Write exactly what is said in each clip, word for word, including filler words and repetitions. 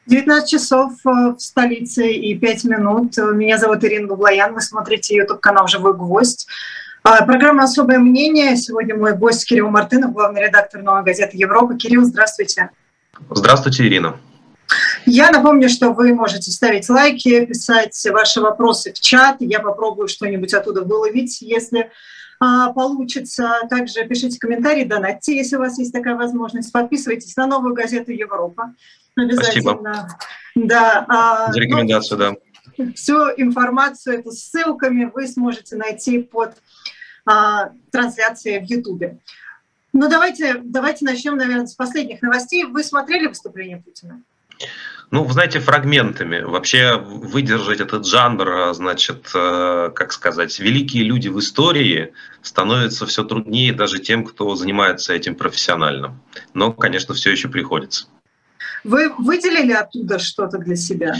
девятнадцать часов в столице и пять минут. Меня зовут Ирина Баблоян. Вы смотрите YouTube-канал «Живой гвоздь». Программа «Особое мнение». Сегодня мой гость Кирилл Мартынов, главный редактор «Новой газеты Европа». Кирилл, здравствуйте. Здравствуйте, Ирина. Я напомню, что вы можете ставить лайки, писать ваши вопросы в чат. Я попробую что-нибудь оттуда выловить, если а, получится. Также пишите комментарии, донатьте, если у вас есть такая возможность. Подписывайтесь на «Новую газету Европа». Обязательно. Спасибо. Да. А, За рекомендацию, ну, да. Всю информацию эту с ссылками вы сможете найти под а, трансляцией в Ютубе. Ну, давайте, давайте начнем, наверное, с последних новостей. Вы смотрели выступление Путина? Ну, вы знаете, фрагментами. Вообще выдержать этот жанр, значит, как сказать, великие люди в истории становится все труднее даже тем, кто занимается этим профессионально. Но, конечно, все еще приходится. Вы выделили оттуда что-то для себя?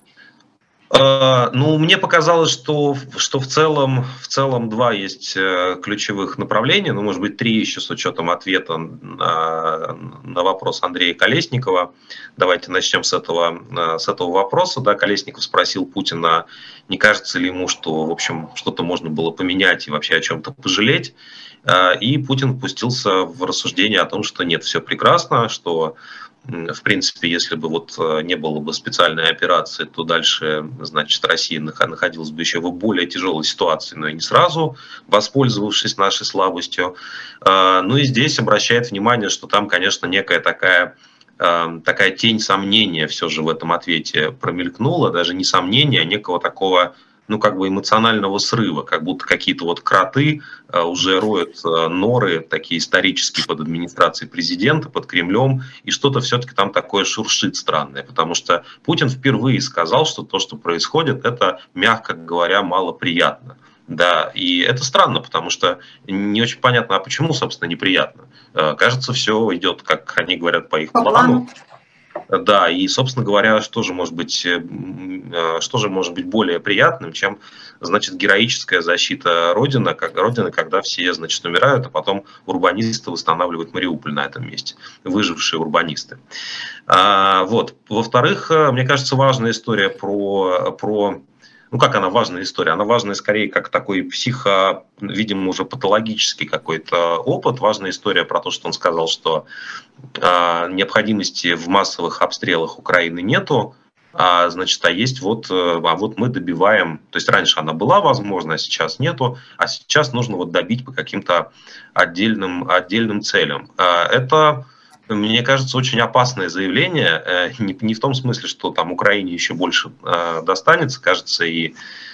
Ну, мне показалось, что, что в, целом, в целом два есть ключевых направления, ну, может быть, три еще с учетом ответа на, на вопрос Андрея Колесникова. Давайте начнем с этого, с этого вопроса. Да, Колесников спросил Путина, не кажется ли ему, что, в общем, что-то можно было поменять и вообще о чем-то пожалеть. И Путин пустился в рассуждение о том, что нет, все прекрасно, что в принципе, если бы вот не было бы специальной операции, то дальше, значит, Россия находилась бы еще в более тяжелой ситуации, но и не сразу, воспользовавшись нашей слабостью. Ну и здесь обращает внимание, что там, конечно, некая такая, такая тень сомнения все же в этом ответе промелькнула, даже не сомнения, а некого такого, ну, как бы эмоционального срыва, как будто какие-то вот кроты уже роют норы, такие исторические, под администрацией президента, под Кремлем, и что-то все-таки там такое шуршит странное, потому что Путин впервые сказал, что то, что происходит, это, мягко говоря, малоприятно. Да, и это странно, потому что не очень понятно, а почему, собственно, неприятно. Кажется, все идет, как они говорят, по их плану. Да, и, собственно говоря, что же может быть, что же может быть более приятным, чем, значит, героическая защита Родины, как, Родины, когда все, значит, умирают, а потом урбанисты восстанавливают Мариуполь на этом месте, выжившие урбанисты. А, вот. Во-вторых, мне кажется, важная история про... про Ну, как она важная история? Она важная скорее как такой психо, видимо, уже патологический какой-то опыт. Важная история про то, что он сказал, что э, необходимости в массовых обстрелах Украины нету, а, значит, а есть вот, а вот мы добиваем, то есть раньше она была возможна, а сейчас нету, а сейчас нужно вот добить по каким-то отдельным, отдельным целям. Это... Мне кажется, очень опасное заявление, не в том смысле, что там Украине еще больше достанется, кажется, и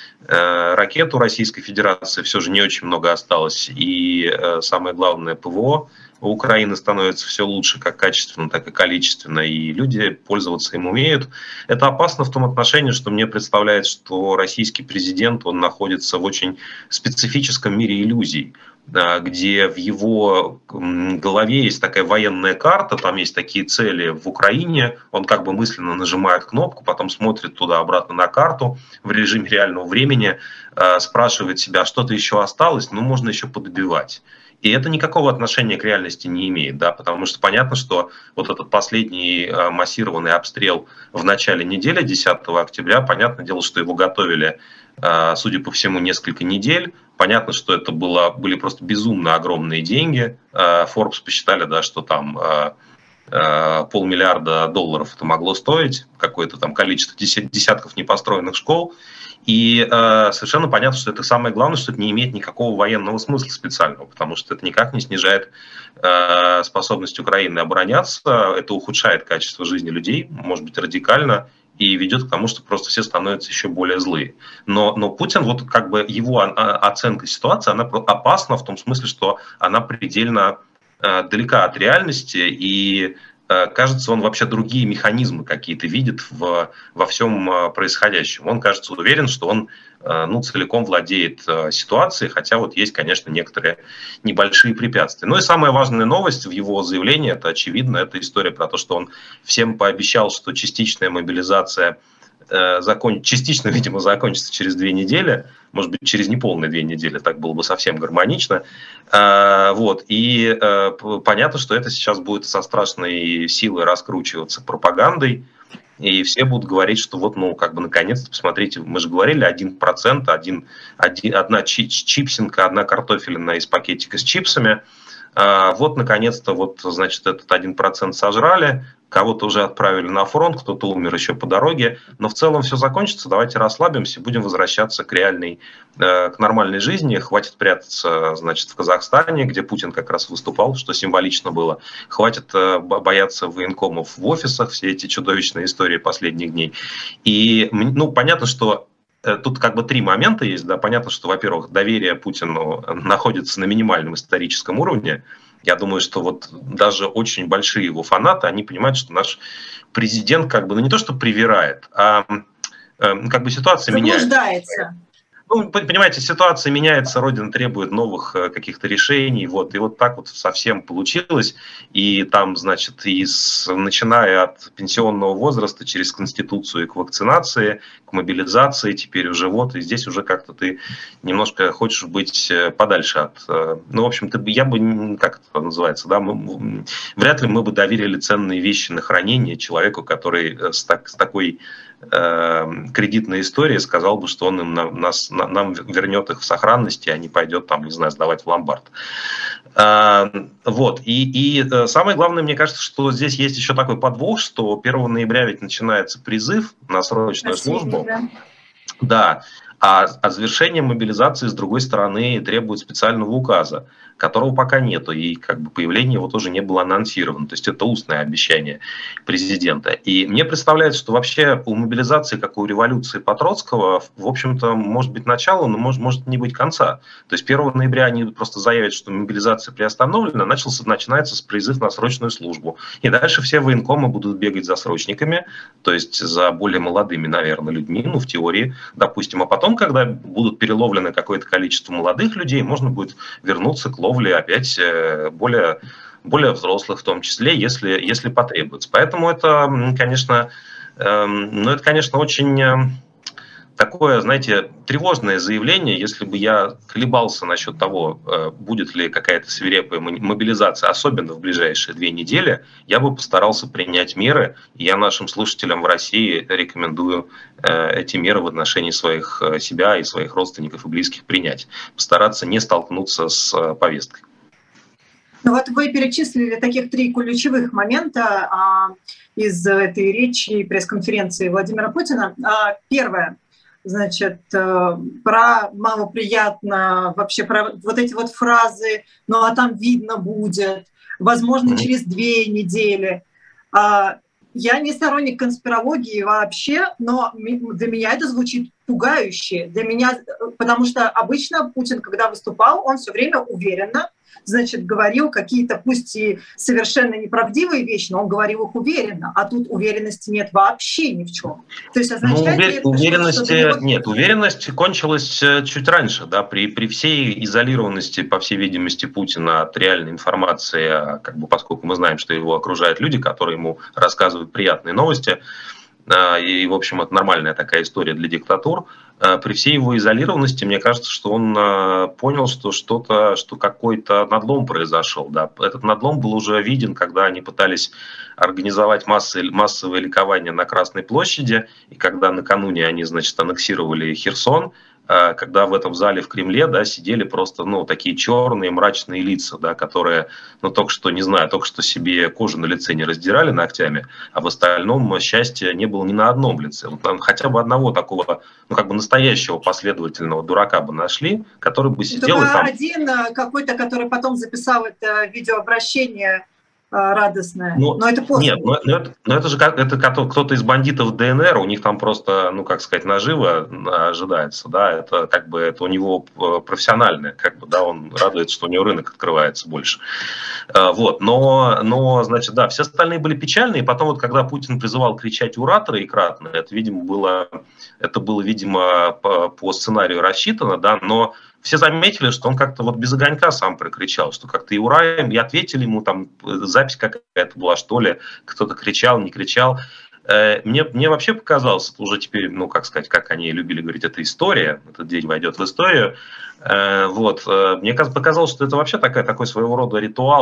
ракет у Российской Федерации все же не очень много осталось, и самое главное, ПВО у Украины становится все лучше, как качественно, так и количественно, и люди пользоваться им умеют. Это опасно в том отношении, что мне представляется, что российский президент, он находится в очень специфическом мире иллюзий, где в его голове есть такая военная карта, там есть такие цели в Украине, он как бы мысленно нажимает кнопку, потом смотрит туда-обратно на карту в режиме реального времени, спрашивает себя, что-то еще осталось, ну можно еще подобивать. И это никакого отношения к реальности не имеет, да, потому что понятно, что вот этот последний массированный обстрел в начале недели, десятого октября, понятное дело, что его готовили, судя по всему, несколько недель. Понятно, что это было, были просто безумно огромные деньги. Forbes посчитали, да, что там полмиллиарда долларов это могло стоить, какое-то там количество десятков непостроенных школ. И э, совершенно понятно, что это самое главное, что это не имеет никакого военного смысла специального, потому что это никак не снижает э, способность Украины обороняться, это ухудшает качество жизни людей, может быть, радикально, и ведет к тому, что просто все становятся еще более злые. Но, но Путин, вот как бы его оценка ситуации, она опасна в том смысле, что она предельно э, далека от реальности, и кажется, он вообще другие механизмы какие-то видит в, во всем происходящем. Он, кажется, уверен, что он ну, целиком владеет ситуацией, хотя вот есть, конечно, некоторые небольшие препятствия. Ну и самая важная новость в его заявлении, это очевидно, это история про то, что он всем пообещал, что частичная мобилизация закон... частично, видимо, закончится через две недели, может быть, через неполные две недели, так было бы совсем гармонично. Вот. И понятно, что это сейчас будет со страшной силой раскручиваться пропагандой. и все будут говорить, что вот, ну, как бы, наконец-то, посмотрите, мы же говорили, один процент, один, один, одна чипсинка, одна картофелина из пакетика с чипсами. Вот, наконец-то, вот, значит, этот один процент сожрали, кого-то уже отправили на фронт, кто-то умер еще по дороге, но в целом все закончится, давайте расслабимся, будем возвращаться к реальной, к нормальной жизни, хватит прятаться, значит, в Казахстане, где Путин как раз выступал, что символично было, хватит бояться военкомов в офисах, все эти чудовищные истории последних дней. И, ну, понятно, что тут как бы три момента есть, да, понятно, что, во-первых, доверие Путину находится на минимальном историческом уровне. Я думаю, что вот даже очень большие его фанаты, они понимают, что наш президент как бы, ну не то, что привирает, а как бы ситуация меняется. Ну, понимаете, ситуация меняется, Родина требует новых каких-то решений, вот, и вот так вот совсем получилось, и там, значит, из, начиная от пенсионного возраста, через Конституцию к вакцинации, к мобилизации теперь уже вот, и здесь уже как-то ты немножко хочешь быть подальше от, ну, в общем-то, я бы, как это называется, да, мы, вряд ли мы бы доверили ценные вещи на хранение человеку, который с, так, с такой кредитной истории сказал бы, что он им на, нас, на, нам вернет их в сохранности, а не пойдет там, не знаю, сдавать в ломбард. А, вот. И, и самое главное, мне кажется, что здесь есть еще такой подвох, что первого ноября ведь начинается призыв на срочную Спасибо, службу. Да. Да. А, а завершение мобилизации, с другой стороны, требует специального указа, которого пока нету, и как бы появление его тоже не было анонсировано. То есть это устное обещание президента. И мне представляется, что вообще у мобилизации, как у революции по Троцкого, в общем-то, может быть начало, но может, может не быть конца. То есть первого ноября они просто заявят, что мобилизация приостановлена, начался, начинается с призыв на срочную службу. И дальше все военкомы будут бегать за срочниками, то есть за более молодыми, наверное, людьми, ну, в теории, допустим. А потом, когда будут переловлены какое-то количество молодых людей, можно будет вернуться к ловле опять более, более взрослых в том числе, если, если потребуется. Поэтому это, конечно, э, ну, это, конечно, очень такое, знаете, тревожное заявление. Если бы я колебался насчет того, э, будет ли какая-то свирепая мобилизация, особенно в ближайшие две недели, я бы постарался принять меры. И я нашим слушателям в России рекомендую э, эти меры в отношении своих себя и своих родственников и близких принять. Постараться не столкнуться с повесткой. Ну вот вы перечислили таких три ключевых момента а, из этой речи и пресс-конференции Владимира Путина. А, первое. Значит, про мало приятно, вообще про вот эти вот фразы, ну а там видно будет, возможно, через две недели. Я не сторонник конспирологии вообще, но для меня это звучит пугающе. Для меня, потому что обычно Путин, когда выступал, он все время уверенно, значит, говорил какие-то, пусть и совершенно неправдивые вещи, но он говорил их уверенно, а тут уверенности нет вообще ни в чем. То есть означает, ну, увер... это, уверенности что нет, уверенность кончилась чуть раньше, да, при, при всей изолированности, по всей видимости, Путина от реальной информации, как бы, поскольку мы знаем, что его окружают люди, которые ему рассказывают приятные новости, и, в общем, это нормальная такая история для диктатур. При всей его изолированности, мне кажется, что он понял, что что-то, что какой-то надлом произошел. Да. Этот надлом был уже виден, когда они пытались организовать массы, массовое ликование на Красной площади, и когда накануне они, значит, аннексировали Херсон, когда в этом зале в Кремле, да, сидели просто, ну, такие черные мрачные лица, да, которые, ну, только что, не знаю, только что себе кожу на лице не раздирали ногтями, а в остальном счастья не было ни на одном лице. Вот там хотя бы одного такого, ну, как бы настоящего последовательного дурака бы нашли, который бы сидел Только и там... один какой-то, который потом записал это видеообращение радостное. Ну, но это после. Нет, но, но, это, но это же как, это кто-то из бандитов ДНР, у них там просто, ну, как сказать, наживо ожидается, да, это как бы это у него профессиональное, как бы, да, он радуется, что у него рынок открывается больше. Вот, но, но, значит, да, все остальные были печальные, и потом вот, когда Путин призывал кричать «Ура!» троекратно, это, видимо, было, это было, видимо, по, по сценарию рассчитано, да, но все заметили, что он как-то вот без огонька сам прокричал, что как-то и ура, и ответили ему, там запись какая-то была, что ли, кто-то кричал, не кричал. Мне, мне вообще показалось, это уже теперь, ну, как сказать, как они любили говорить, это история, этот день войдет в историю. Вот. Мне показалось, что это вообще такая, такой своего рода ритуал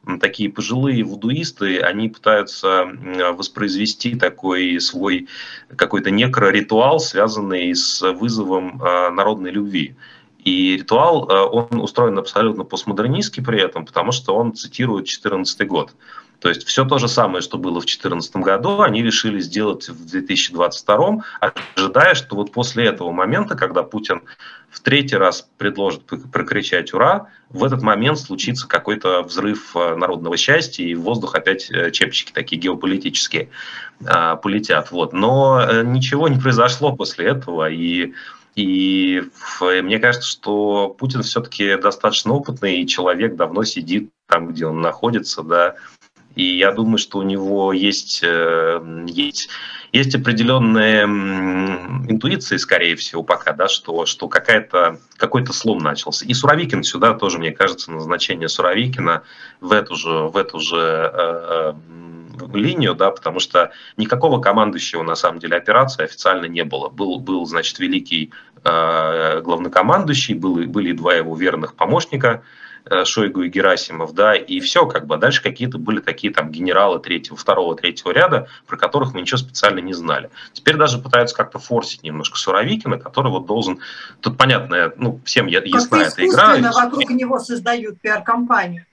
такие пожилые вудуисты, они пытаются воспроизвести такой свой какой-то некроритуал, связанный с вызовом народной любви. И ритуал, он устроен абсолютно постмодернистски при этом, потому что он цитирует четырнадцатый год. То есть все то же самое, что было в две тысячи четырнадцатом году, они решили сделать в две тысячи двадцать втором, ожидая, что вот после этого момента, когда Путин в третий раз предложит прокричать «Ура!», в этот момент случится какой-то взрыв народного счастья, и в воздух опять чепчики такие геополитические полетят. Вот. Но ничего не произошло после этого, и И мне кажется, что Путин все-таки достаточно опытный человек, давно сидит там, где он находится, да. И я думаю, что у него есть, есть, есть определенная интуиция, скорее всего, пока, да, что, что какая-то, какой-то слом начался. И Суровикин сюда тоже, мне кажется, назначение Суровикина в эту же, в эту же э, линию, да, потому что никакого командующего, на самом деле, операции официально не было. Был, был значит, великий э, главнокомандующий, был, были два его верных помощника, Шойгу и Герасимов, да, и все, как бы, дальше какие-то были такие там генералы третьего, второго, третьего ряда, про которых мы ничего специально не знали. Теперь даже пытаются как-то форсить немножко Суровикина, который вот должен, тут понятно, ну, всем ясна эта игра. Вокруг него создают пиар-компанию.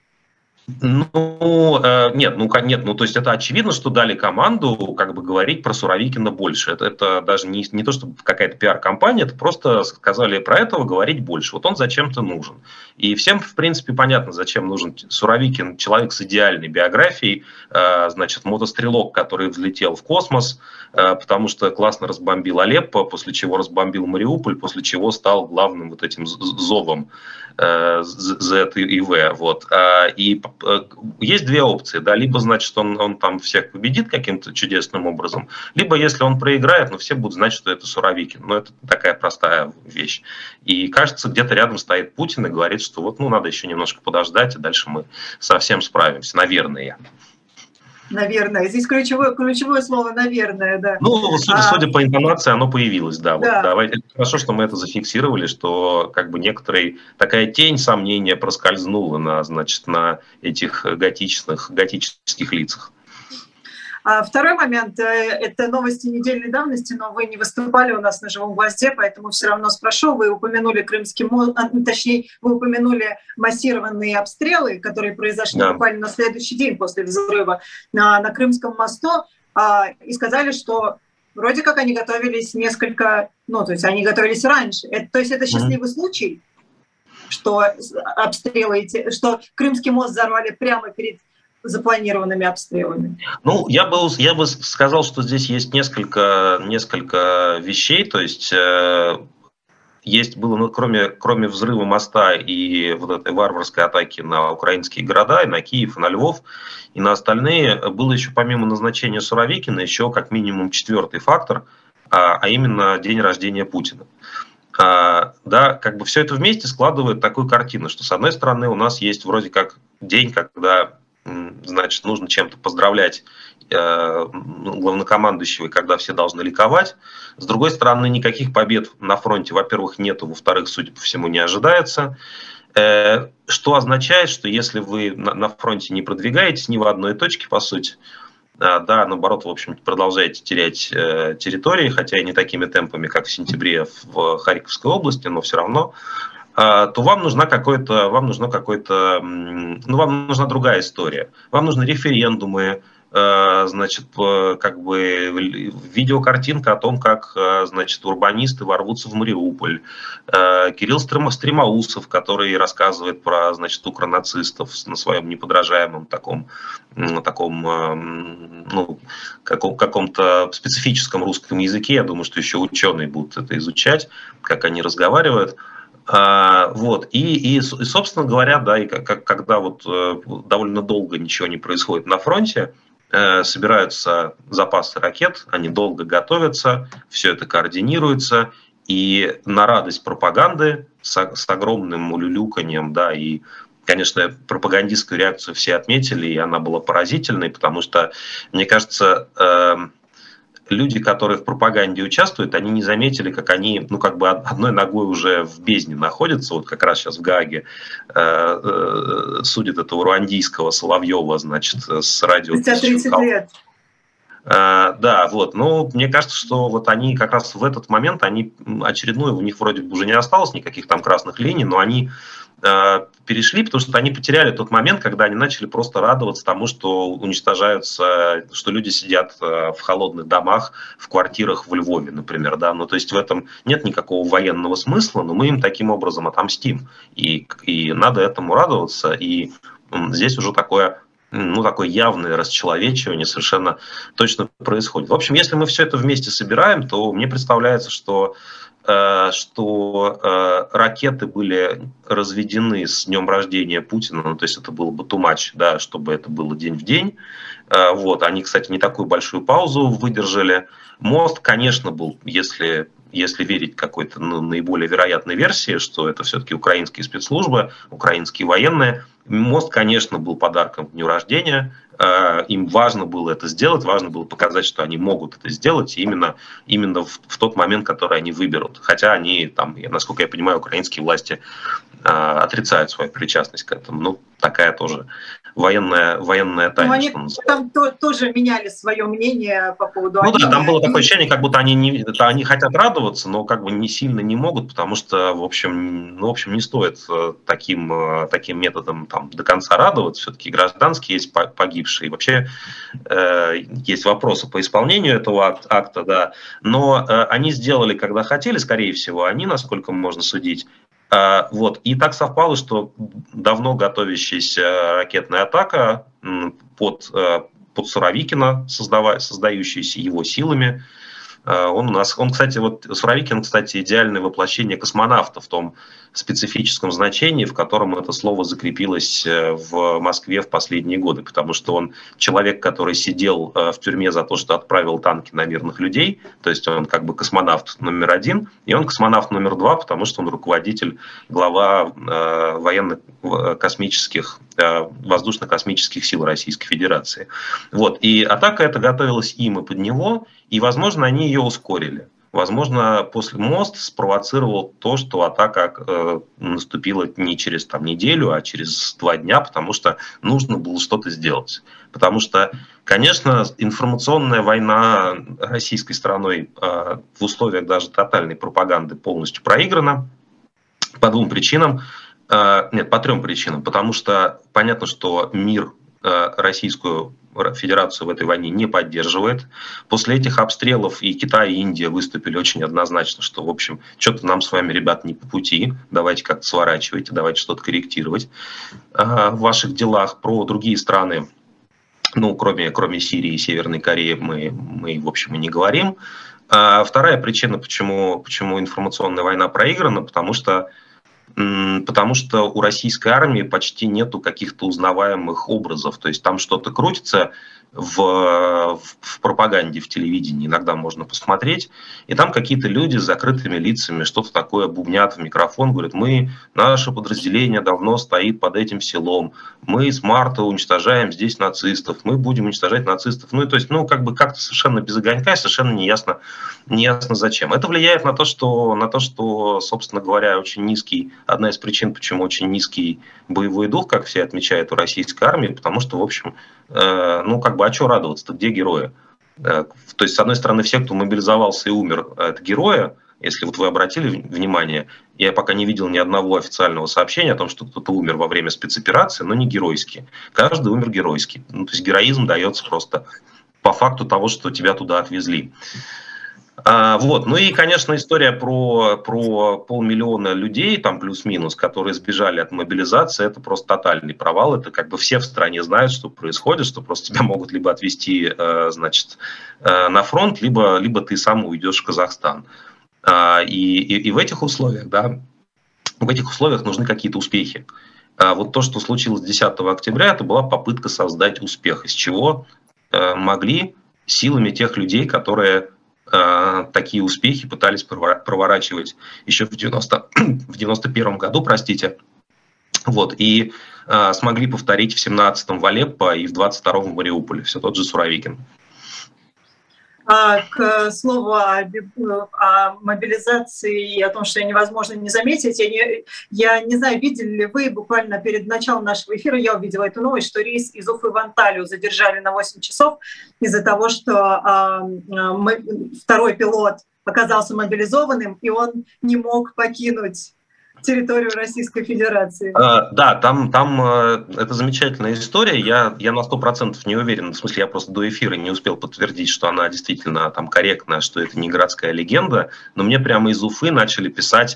Ну, э, нет, ну, нет, ну, то есть это очевидно, что дали команду как бы говорить про Суровикина больше. Это, это даже не, не то, чтобы какая-то пиар-компания, это просто сказали про этого говорить больше. Вот он зачем-то нужен. И всем, в принципе, понятно, зачем нужен Суровикин, человек с идеальной биографией, э, значит, мотострелок, который взлетел в космос, э, потому что классно разбомбил Алеппо, после чего разбомбил Мариуполь, после чего стал главным вот этим зовом Z и V. Вот. И есть две опции. Да, либо, значит, он, он там всех победит каким-то чудесным образом, либо, если он проиграет, ну, все будут знать, что это Суровикин. Но это такая простая вещь. И, кажется, где-то рядом стоит Путин и говорит, что вот, ну, надо еще немножко подождать, и дальше мы совсем справимся. Наверное. Наверное. Здесь ключевое, ключевое слово «наверное», да. Ну, судя, а... судя по интонации, оно появилось, да. Вот, да. Давайте. Хорошо, что мы это зафиксировали, что как бы некоторая такая тень сомнения проскользнула на, значит, на этих готичных, готических лицах. А второй момент – это новости недельной давности, но вы не выступали у нас на «Живом гвозде», поэтому все равно спрошу. Вы упомянули Крымский мост, точнее, вы упомянули массированные обстрелы, которые произошли да. буквально на следующий день после взрыва на, на Крымском мосту, и сказали, что вроде как они готовились несколько, ну, то есть они готовились раньше. Это, то есть это счастливый mm-hmm. случай, что обстрелы, что Крымский мост взорвали прямо перед запланированными обстрелами? Ну, я бы, я бы сказал, что здесь есть несколько, несколько вещей. То есть э, есть было, ну, кроме, кроме взрыва моста и вот этой варварской атаки на украинские города, и на Киев, и на Львов, и на остальные, было еще помимо назначения Суровикина еще как минимум четвертый фактор, а, а именно день рождения Путина. А, да, как бы все это вместе складывает такую картину, что с одной стороны у нас есть вроде как день, когда значит, нужно чем-то поздравлять э, главнокомандующего, когда все должны ликовать. С другой стороны, никаких побед на фронте, во-первых, нету, во-вторых, судя по всему, не ожидается. Э, что означает, что если вы на, на фронте не продвигаетесь ни в одной точке, по сути, э, да, наоборот, в общем, продолжаете терять э, территории, хотя и не такими темпами, как в сентябре в Харьковской области, но все равно, то вам нужна какой-то, вам нужна какой-то, ну, вам нужна другая история. Вам нужны референдумы, значит, как бы видеокартинка о том, как, значит, урбанисты ворвутся в Мариуполь. Кирилл Стремоусов, который рассказывает про, значит, укронацистов на своем неподражаемом таком, таком, ну, каком, каком-то специфическом русском языке. Я думаю, что еще ученые будут это изучать, как они разговаривают. А, вот, и, и, и, собственно говоря, да, и как, когда вот э, довольно долго ничего не происходит на фронте, э, собираются запасы ракет, они долго готовятся, все это координируется, и на радость пропаганды с, с огромным улюлюканьем, да, и, конечно, пропагандистскую реакцию все отметили, и она была поразительной, потому что, мне кажется, э, люди, которые в пропаганде участвуют, они не заметили, как они, ну, как бы одной ногой уже в бездне находятся. Вот как раз сейчас в Гааге э, э, судят этого руандийского Соловьева, значит, с радио тридцать лет. Uh, да, вот, ну, мне кажется, что вот они как раз в этот момент, они очередную, у них вроде бы уже не осталось никаких там красных линий, но они uh, перешли, потому что они потеряли тот момент, когда они начали просто радоваться тому, что уничтожаются, что люди сидят uh, в холодных домах, в квартирах в Львове, например, да, ну, то есть в этом нет никакого военного смысла, но мы им таким образом отомстим, и, и надо этому радоваться, и здесь уже такое... ну, такое явное расчеловечивание совершенно точно происходит. В общем, если мы все это вместе собираем, то мне представляется, что, э, что э, ракеты были разведены с днем рождения Путина, ну, то есть это было бы too much, да, чтобы это было день в день. Э, вот. Они, кстати, не такую большую паузу выдержали. Мост, конечно, был, если... если верить какой-то ну, наиболее вероятной версии, что это все-таки украинские спецслужбы, украинские военные, мост, конечно, был подарком к дню рождения. Им важно было это сделать, важно было показать, что они могут это сделать именно, именно в, в тот момент, который они выберут. Хотя они, там, насколько я понимаю, украинские власти отрицают свою причастность к этому. Ну, такая тоже военная, военная тайна. Они там то, тоже меняли свое мнение по поводу... Ну да, там было такое ощущение, как будто они, не, они хотят радоваться, но как бы не сильно не могут, потому что, в общем, ну, в общем не стоит таким, таким методом там, до конца радоваться. Все-таки гражданские есть погибшие. И вообще э, есть вопросы по исполнению этого акта, акта да. Но э, они сделали, когда хотели, скорее всего, они, насколько можно судить. Вот. И так совпало, что давно готовящаяся ракетная атака под, под Суровикино, создающаяся его силами, он у нас, он, кстати, вот Суровикин, кстати, идеальное воплощение космонавта в том специфическом значении, в котором это слово закрепилось в Москве в последние годы, потому что он человек, который сидел в тюрьме за то, что отправил танки на мирных людей, то есть он как бы космонавт номер один, и он космонавт номер два, потому что он руководитель, глава э, военно-космических, э, воздушно-космических сил Российской Федерации. Вот. И атака эта готовилась им и под него, и, возможно, они ее ускорили. Возможно, после мост спровоцировал то, что атака э, наступила не через там, неделю, а через два дня, потому что нужно было что-то сделать. Потому что, конечно, информационная война российской стороной э, в условиях даже тотальной пропаганды полностью проиграна по двум причинам. Э, нет, по трем причинам. Потому что понятно, что мир э, российскую Федерацию в этой войне не поддерживает. После этих обстрелов и Китай, и Индия выступили очень однозначно, что, в общем, что-то нам с вами, ребят, не по пути, давайте как-то сворачивайте, давайте что-то корректировать в ваших делах. Про другие страны, ну, кроме, кроме Сирии и Северной Кореи, мы, мы, в общем, и не говорим. А вторая причина, почему, почему информационная война проиграна, потому что Потому что у российской армии почти нету каких-то узнаваемых образов. То есть там что-то крутится в, в пропаганде, в телевидении. Иногда можно посмотреть. И там какие-то люди с закрытыми лицами что-то такое бубнят в микрофон. Говорят, мы, наше подразделение давно стоит под этим селом. Мы с марта уничтожаем здесь нацистов. Мы будем уничтожать нацистов. Ну, и то есть, ну, как бы как-то совершенно без огонька, совершенно неясно, неясно зачем. Это влияет на то, что, на то, что, собственно говоря, очень низкий, одна из причин, почему очень низкий боевой дух, как все отмечают у российской армии, потому что, в общем, э, ну, как бы, а что радоваться-то, где герои? Э, то есть, с одной стороны, все, кто мобилизовался и умер, это герои. Если вот вы обратили внимание, я пока не видел ни одного официального сообщения о том, что кто-то умер во время спецоперации, но не геройски. Каждый умер геройски. Ну, то есть героизм дается просто по факту того, что тебя туда отвезли. А, вот. Ну и, конечно, история про, про полмиллиона людей, там плюс-минус, которые сбежали от мобилизации, это просто тотальный провал. Это как бы все в стране знают, что происходит, что просто тебя могут либо отвезти, значит, на фронт, либо, либо ты сам уйдешь в Казахстан. И, и, и в этих условиях, да, в этих условиях нужны какие-то успехи. А вот то, что случилось десятого октября, это была попытка создать успех, из чего могли силами тех людей, которые такие успехи пытались проворачивать еще в девяносто первом году, простите, вот, и а, смогли повторить в семнадцатом в Алеппо и в двадцать втором в Мариуполе, все тот же Суровикин. К слову о, о мобилизации и о том, что невозможно не заметить, я не, я не знаю, видели ли вы, буквально перед началом нашего эфира я увидела эту новость, что рейс из Уфы в Анталию задержали на восемь часов из-за того, что мы, второй пилот оказался мобилизованным, и он не мог покинуть территорию Российской Федерации. А, да, там, там это замечательная история. Я, я на сто процентов не уверен. В смысле, я просто до эфира не успел подтвердить, что она действительно там корректная, что это не городская легенда. Но мне прямо из Уфы начали писать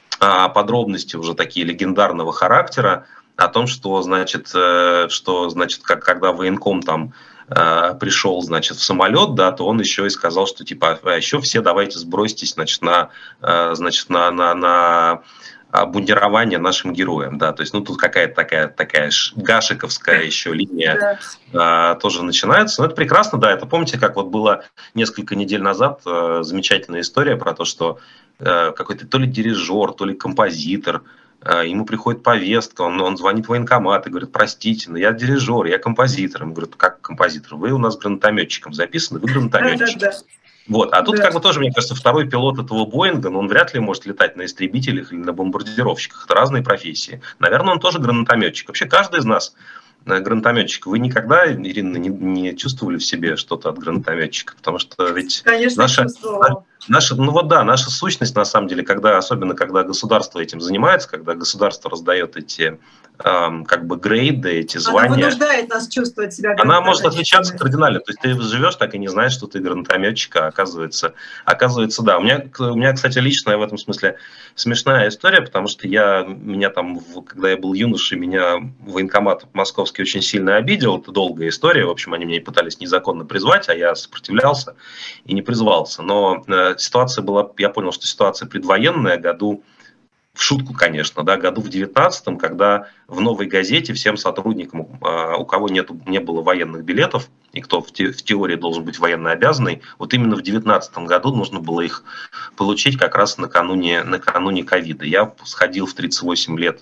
а, подробности уже такие легендарного характера о том, что, значит, что, значит как, когда военком там пришел, значит, в самолет, да, то он еще и сказал, что типа, а еще все давайте сбросьтесь, значит, на, значит, на, на, на обмундирование нашим героям, да, то есть, ну, тут какая-то такая, такая гашиковская еще линия да. а, тоже начинается, но это прекрасно, да, это помните, как вот было несколько недель назад а, замечательная история про то, что а, какой-то то ли дирижер, то ли композитор, а, ему приходит повестка, он, он звонит в военкомат и говорит, простите, но я дирижер, я композитор, ему говорят, как композитор, вы у нас гранатометчиком записаны, вы гранатометчик. Да, да, да. Вот. А тут, да. как бы тоже, мне кажется, второй пилот этого Боинга, но он вряд ли может летать на истребителях или на бомбардировщиках. Это разные профессии. Наверное, он тоже гранатометчик. Вообще, каждый из нас гранатометчик. Вы никогда, Ирина, не, не чувствовали в себе что-то от гранатометчика? Потому что ведь Конечно, наша, наша, ну вот да, наша сущность, на самом деле, когда, особенно когда государство этим занимается, когда государство раздает эти эм, как бы грейды, эти звания. Она вынуждает нас чувствовать себя Она может отличаться кардинально. То есть ты живешь так и не знаешь, что ты гранатометчик, а оказывается, оказывается, да. У меня, у меня, кстати, личная в этом смысле смешная история, потому что я, меня там, когда я был юношей, меня военкомат московский очень сильно обидел. Это долгая история. В общем, они меня пытались незаконно призвать, а я сопротивлялся и не призвался. Но э, ситуация была, я понял, что ситуация предвоенная, году, в шутку, конечно, да, году в девятнадцатом, когда в «Новой газете» всем сотрудникам, э, у кого нет, не было военных билетов, и кто в, те, в теории должен быть военно обязанный, вот именно в девятнадцатом году нужно было их получить как раз накануне, накануне ковида. Я сходил в тридцать восемь лет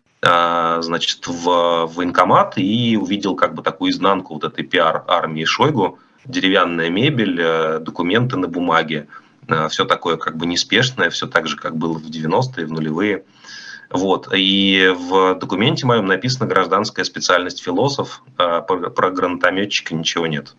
значит, в военкомат и увидел как бы такую изнанку вот этой пиар-армии Шойгу, деревянная мебель, документы на бумаге, все такое как бы неспешное, все так же, как было в девяностые, в нулевые. Вот. И в документе моем написано «Гражданская специальность философ», а про гранатометчика ничего нет.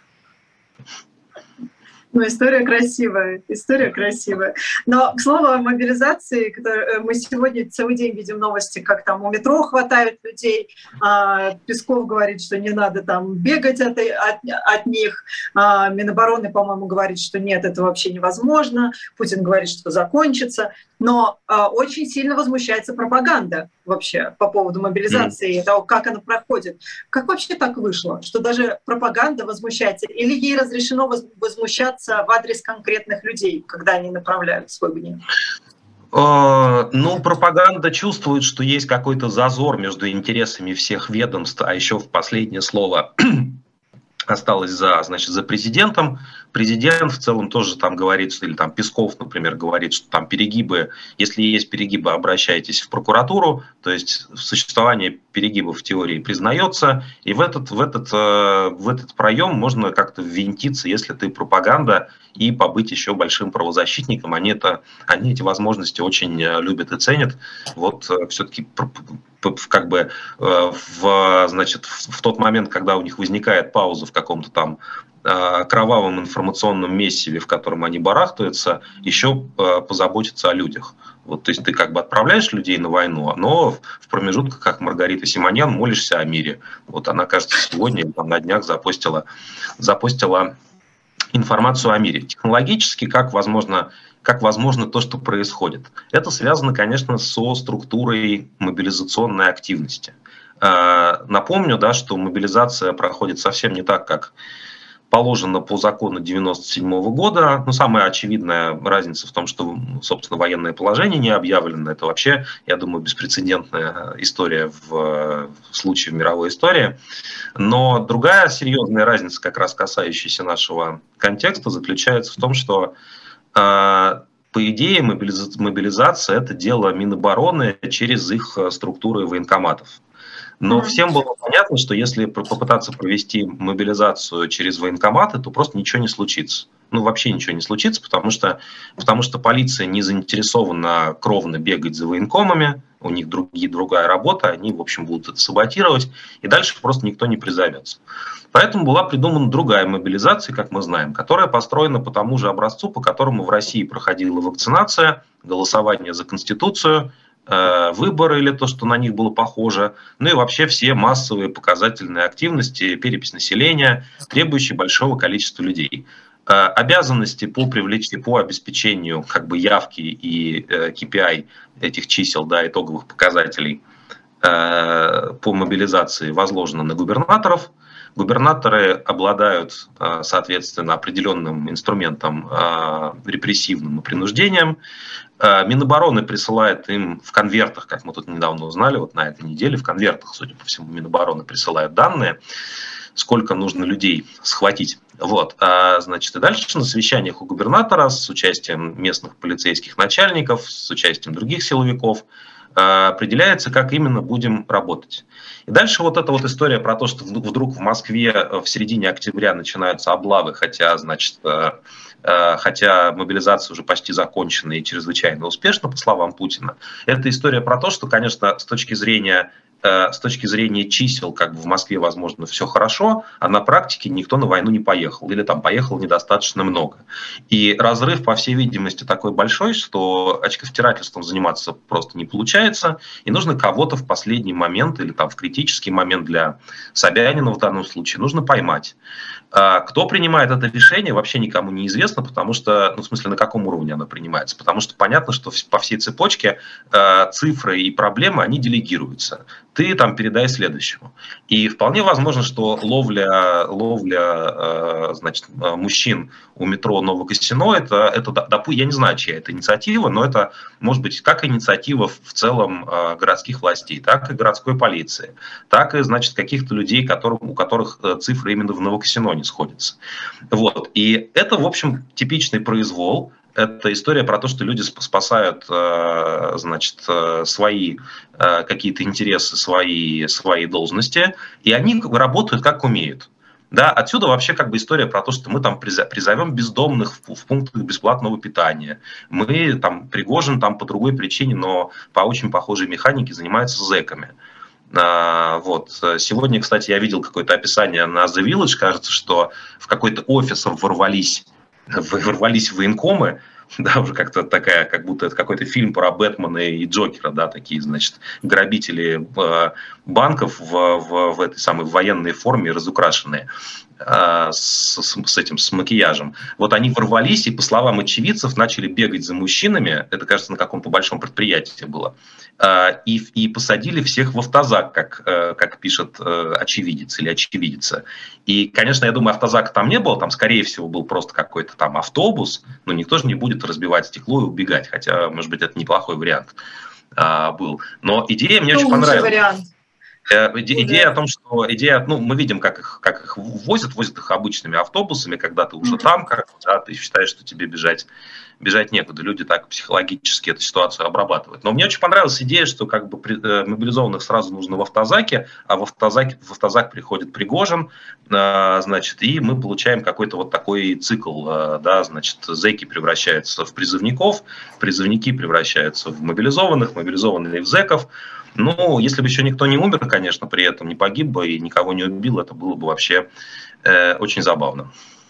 Ну, история красивая, история красивая. Но, к слову, о мобилизации, мы сегодня целый день видим новости, как там у метро хватает людей, Песков говорит, что не надо там бегать от, от, от них, Минобороны, по-моему, говорит, что нет, это вообще невозможно, Путин говорит, что закончится, но очень сильно возмущается пропаганда вообще по поводу мобилизации, mm-hmm. того, как она проходит. Как вообще так вышло, что даже пропаганда возмущается, или ей разрешено возмущаться в адрес конкретных людей, когда они направляют свой гнев? Ну, пропаганда чувствует, что есть какой-то зазор между интересами всех ведомств, а еще в последнее слово осталось за, значит, за президентом. Президент в целом тоже там говорит, или там Песков, например, говорит, что там перегибы, если есть перегибы, обращайтесь в прокуратуру, то есть существование перегибов в теории признается, и в этот, в этот, в этот проем можно как-то ввинтиться, если ты пропаганда, и побыть еще большим правозащитником. Они, это, они эти возможности очень любят и ценят. Вот все-таки как бы в, значит, в тот момент, когда у них возникает пауза в каком-то там кровавом информационном месиве, в котором они барахтаются, еще позаботиться о людях. Вот, то есть ты как бы отправляешь людей на войну, но в промежутках, как Маргарита Симоньян, молишься о мире. Вот она, кажется, сегодня там, на днях запостила, запостила информацию о мире. Технологически, как возможно, как возможно то, что происходит. Это связано, конечно, со структурой мобилизационной активности. Напомню, да, что мобилизация проходит совсем не так, как положено по закону девяносто седьмого года. Но самая очевидная разница в том, что, собственно, военное положение не объявлено. Это вообще, я думаю, беспрецедентная история в случае в мировой истории. Но другая серьезная разница, как раз касающаяся нашего контекста, заключается в том, что, по идее, мобилизация – это дело Минобороны через их структуры военкоматов. Но всем было понятно, что если попытаться провести мобилизацию через военкоматы, то просто ничего не случится. ну, вообще ничего не случится, потому что, потому что полиция не заинтересована кровно бегать за военкомами, у них другие, другая работа, они, в общем, будут это саботировать, и дальше просто никто не призовется. Поэтому была придумана другая мобилизация, как мы знаем, которая построена по тому же образцу, по которому в России проходила вакцинация, голосование за Конституцию, выборы или то, что на них было похоже, ну и вообще все массовые показательные активности, перепись населения, требующие большого количества людей. Обязанности по привлечению, по обеспечению как бы явки и кей пи ай этих чисел, да, итоговых показателей по мобилизации возложены на губернаторов. Губернаторы обладают, соответственно, определенным инструментом репрессивным и принуждением. Минобороны присылает им в конвертах, как мы тут недавно узнали, вот на этой неделе, в конвертах, судя по всему, Минобороны присылают данные, сколько нужно людей схватить. Вот, а, значит, и дальше на совещаниях у губернатора с участием местных полицейских начальников, с участием других силовиков а, определяется, как именно будем работать. И дальше вот эта вот история про то, что вдруг в Москве в середине октября начинаются облавы, хотя, значит, хотя мобилизация уже почти закончена и чрезвычайно успешна, по словам Путина. Это история про то, что, конечно, с точки зрения с точки зрения чисел, как бы в Москве, возможно, все хорошо, а на практике никто на войну не поехал, или там поехал недостаточно много. И разрыв, по всей видимости, такой большой, что очковтирательством заниматься просто не получается, и нужно кого-то в последний момент, или там в критический момент для Собянина в данном случае, нужно поймать. Кто принимает это решение, вообще никому не известно, потому что, ну, в смысле, на каком уровне оно принимается, потому что понятно, что по всей цепочке цифры и проблемы, они делегируются. Ты там передай следующему. И вполне возможно, что ловля, ловля значит, мужчин у метро Новокостяно, это, это, я не знаю, чья это инициатива, но это может быть как инициатива в целом городских властей, так и городской полиции, так и, значит, каких-то людей, которых, у которых цифры именно в Новокостяно не сходятся. Вот. И это, в общем, типичный произвол. Это история про то, что люди спасают, значит, свои какие-то интересы, свои, свои должности, и они работают как умеют. Да, отсюда вообще как бы история про то, что мы там призовем бездомных в, в пунктах бесплатного питания. Мы там, Пригожин там по другой причине, но по очень похожей механике занимается зэками. А, вот. Сегодня, кстати, я видел какое-то описание на The Village, кажется, что в какой-то офис ворвались ворвались в военкомы, да, уже как-то такая, как будто это какой-то фильм про Бэтмена и Джокера, да, такие, значит, грабители э, банков в, в, в этой самой военной форме, разукрашенные, э, с, с этим, с макияжем. Вот они ворвались и, по словам очевидцев, начали бегать за мужчинами, это, кажется, на каком-то большом предприятии было, э, и, и посадили всех в автозак, как, э, как пишет э, очевидец или очевидица. И, конечно, я думаю, автозака там не было, там, скорее всего, был просто какой-то там автобус, но никто же не будет разбивать стекло и убегать, хотя, может быть, это неплохой вариант а, был. Но идея мне очень понравилась. Вариант. Идея о том, что идея, ну, мы видим, как их, как их возят, возят их обычными автобусами, когда ты уже там, как, да, ты считаешь, что тебе бежать, бежать некуда. Люди так психологически эту ситуацию обрабатывают. Но мне очень понравилась идея, что как бы мобилизованных сразу нужно в автозаке, а в автозаке, в автозак приходит Пригожин, значит, и мы получаем какой-то вот такой цикл, да, значит, зэки превращаются в призывников, призывники превращаются в мобилизованных, мобилизованные в зэков. Ну, если бы еще никто не умер, конечно, при этом не погиб бы и никого не убил, это было бы вообще э, очень забавно.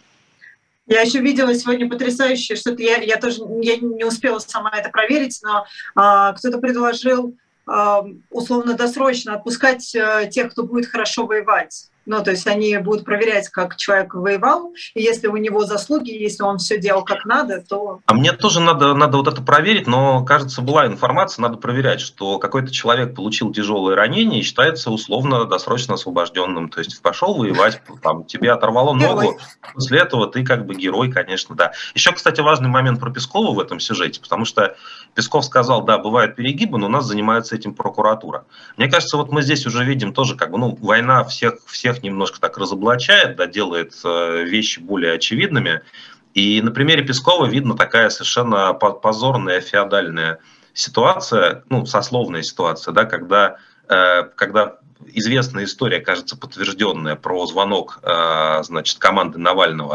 Я еще видела сегодня потрясающее, что-то я, я тоже я не успела сама это проверить, но а, кто-то предложил а, условно-досрочно отпускать а, тех, кто будет хорошо воевать. Ну, то есть они будут проверять, как человек воевал, и если у него заслуги, если он все делал как надо, то... А мне тоже надо, надо вот это проверить, но, кажется, была информация, надо проверять, что какой-то человек получил тяжелое ранение и считается условно-досрочно освобожденным. То есть пошел воевать, там, тебе оторвало ногу, после этого ты как бы герой, конечно, да. Еще, кстати, важный момент про Пескова в этом сюжете, потому что Песков сказал, да, бывают перегибы, но у нас занимается этим прокуратура. Мне кажется, вот мы здесь уже видим тоже, как бы, ну, война всех, всех немножко так разоблачает, да, делает э, вещи более очевидными. И на примере Пескова видно такая совершенно позорная феодальная ситуация, ну, сословная ситуация, да, когда, э, когда известная история, кажется, подтвержденная про звонок, э, значит, команды Навального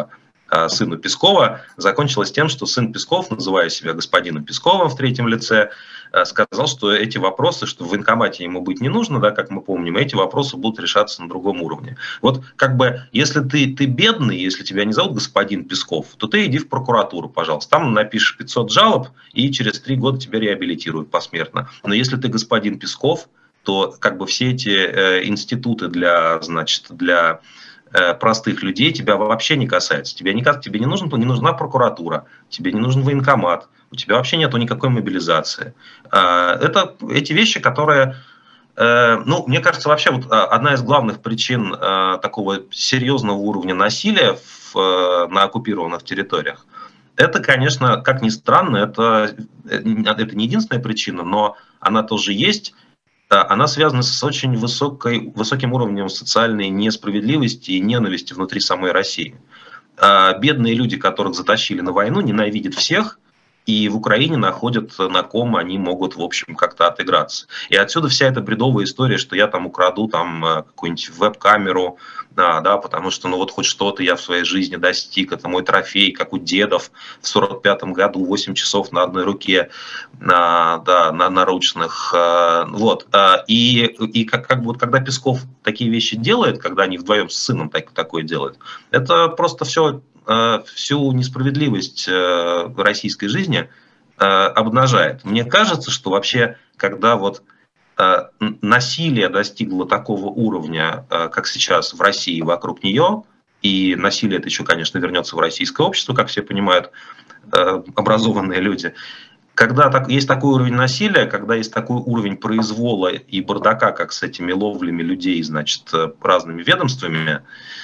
сыну Пескова, закончилось тем, что сын Песков, называя себя господином Песковым в третьем лице, сказал, что эти вопросы, что в военкомате ему быть не нужно, да, как мы помним, эти вопросы будут решаться на другом уровне. Вот как бы, если ты, ты бедный, если тебя не зовут господин Песков, то ты иди в прокуратуру, пожалуйста. Там напишешь пятьсот жалоб, и через три года тебя реабилитируют посмертно. Но если ты господин Песков, то как бы все эти э, институты для, значит, для простых людей тебя вообще не касается. Тебе не, тебе не, нужен, не нужна прокуратура, тебе не нужен военкомат, у тебя вообще нету никакой мобилизации. Это эти вещи, которые, ну, мне кажется, вообще вот одна из главных причин такого серьезного уровня насилия в, на оккупированных территориях. Это, конечно, как ни странно, это, это не единственная причина, но она тоже есть. Она связана с очень высокой, высоким уровнем социальной несправедливости и ненависти внутри самой России. Бедные люди, которых затащили на войну, ненавидят всех, и в Украине находят, на ком они могут, в общем, как-то отыграться. И отсюда вся эта бредовая история, что я там украду там какую-нибудь веб-камеру, да, да, потому что ну вот хоть что-то я в своей жизни достиг, это мой трофей, как у дедов в сорок пятом году, восемь часов на одной руке, на, да, на наручных. Вот. И, и как, как бы вот когда Песков такие вещи делает, когда они вдвоем с сыном так, такое делают, это просто все... всю несправедливость российской жизни обнажает. Мне кажется, что вообще, когда вот насилие достигло такого уровня, как сейчас в России вокруг нее, и насилие это еще, конечно, вернется в российское общество, как все понимают образованные люди, когда так, есть такой уровень насилия, когда есть такой уровень произвола и бардака, как с этими ловлями людей, значит, разными ведомствами,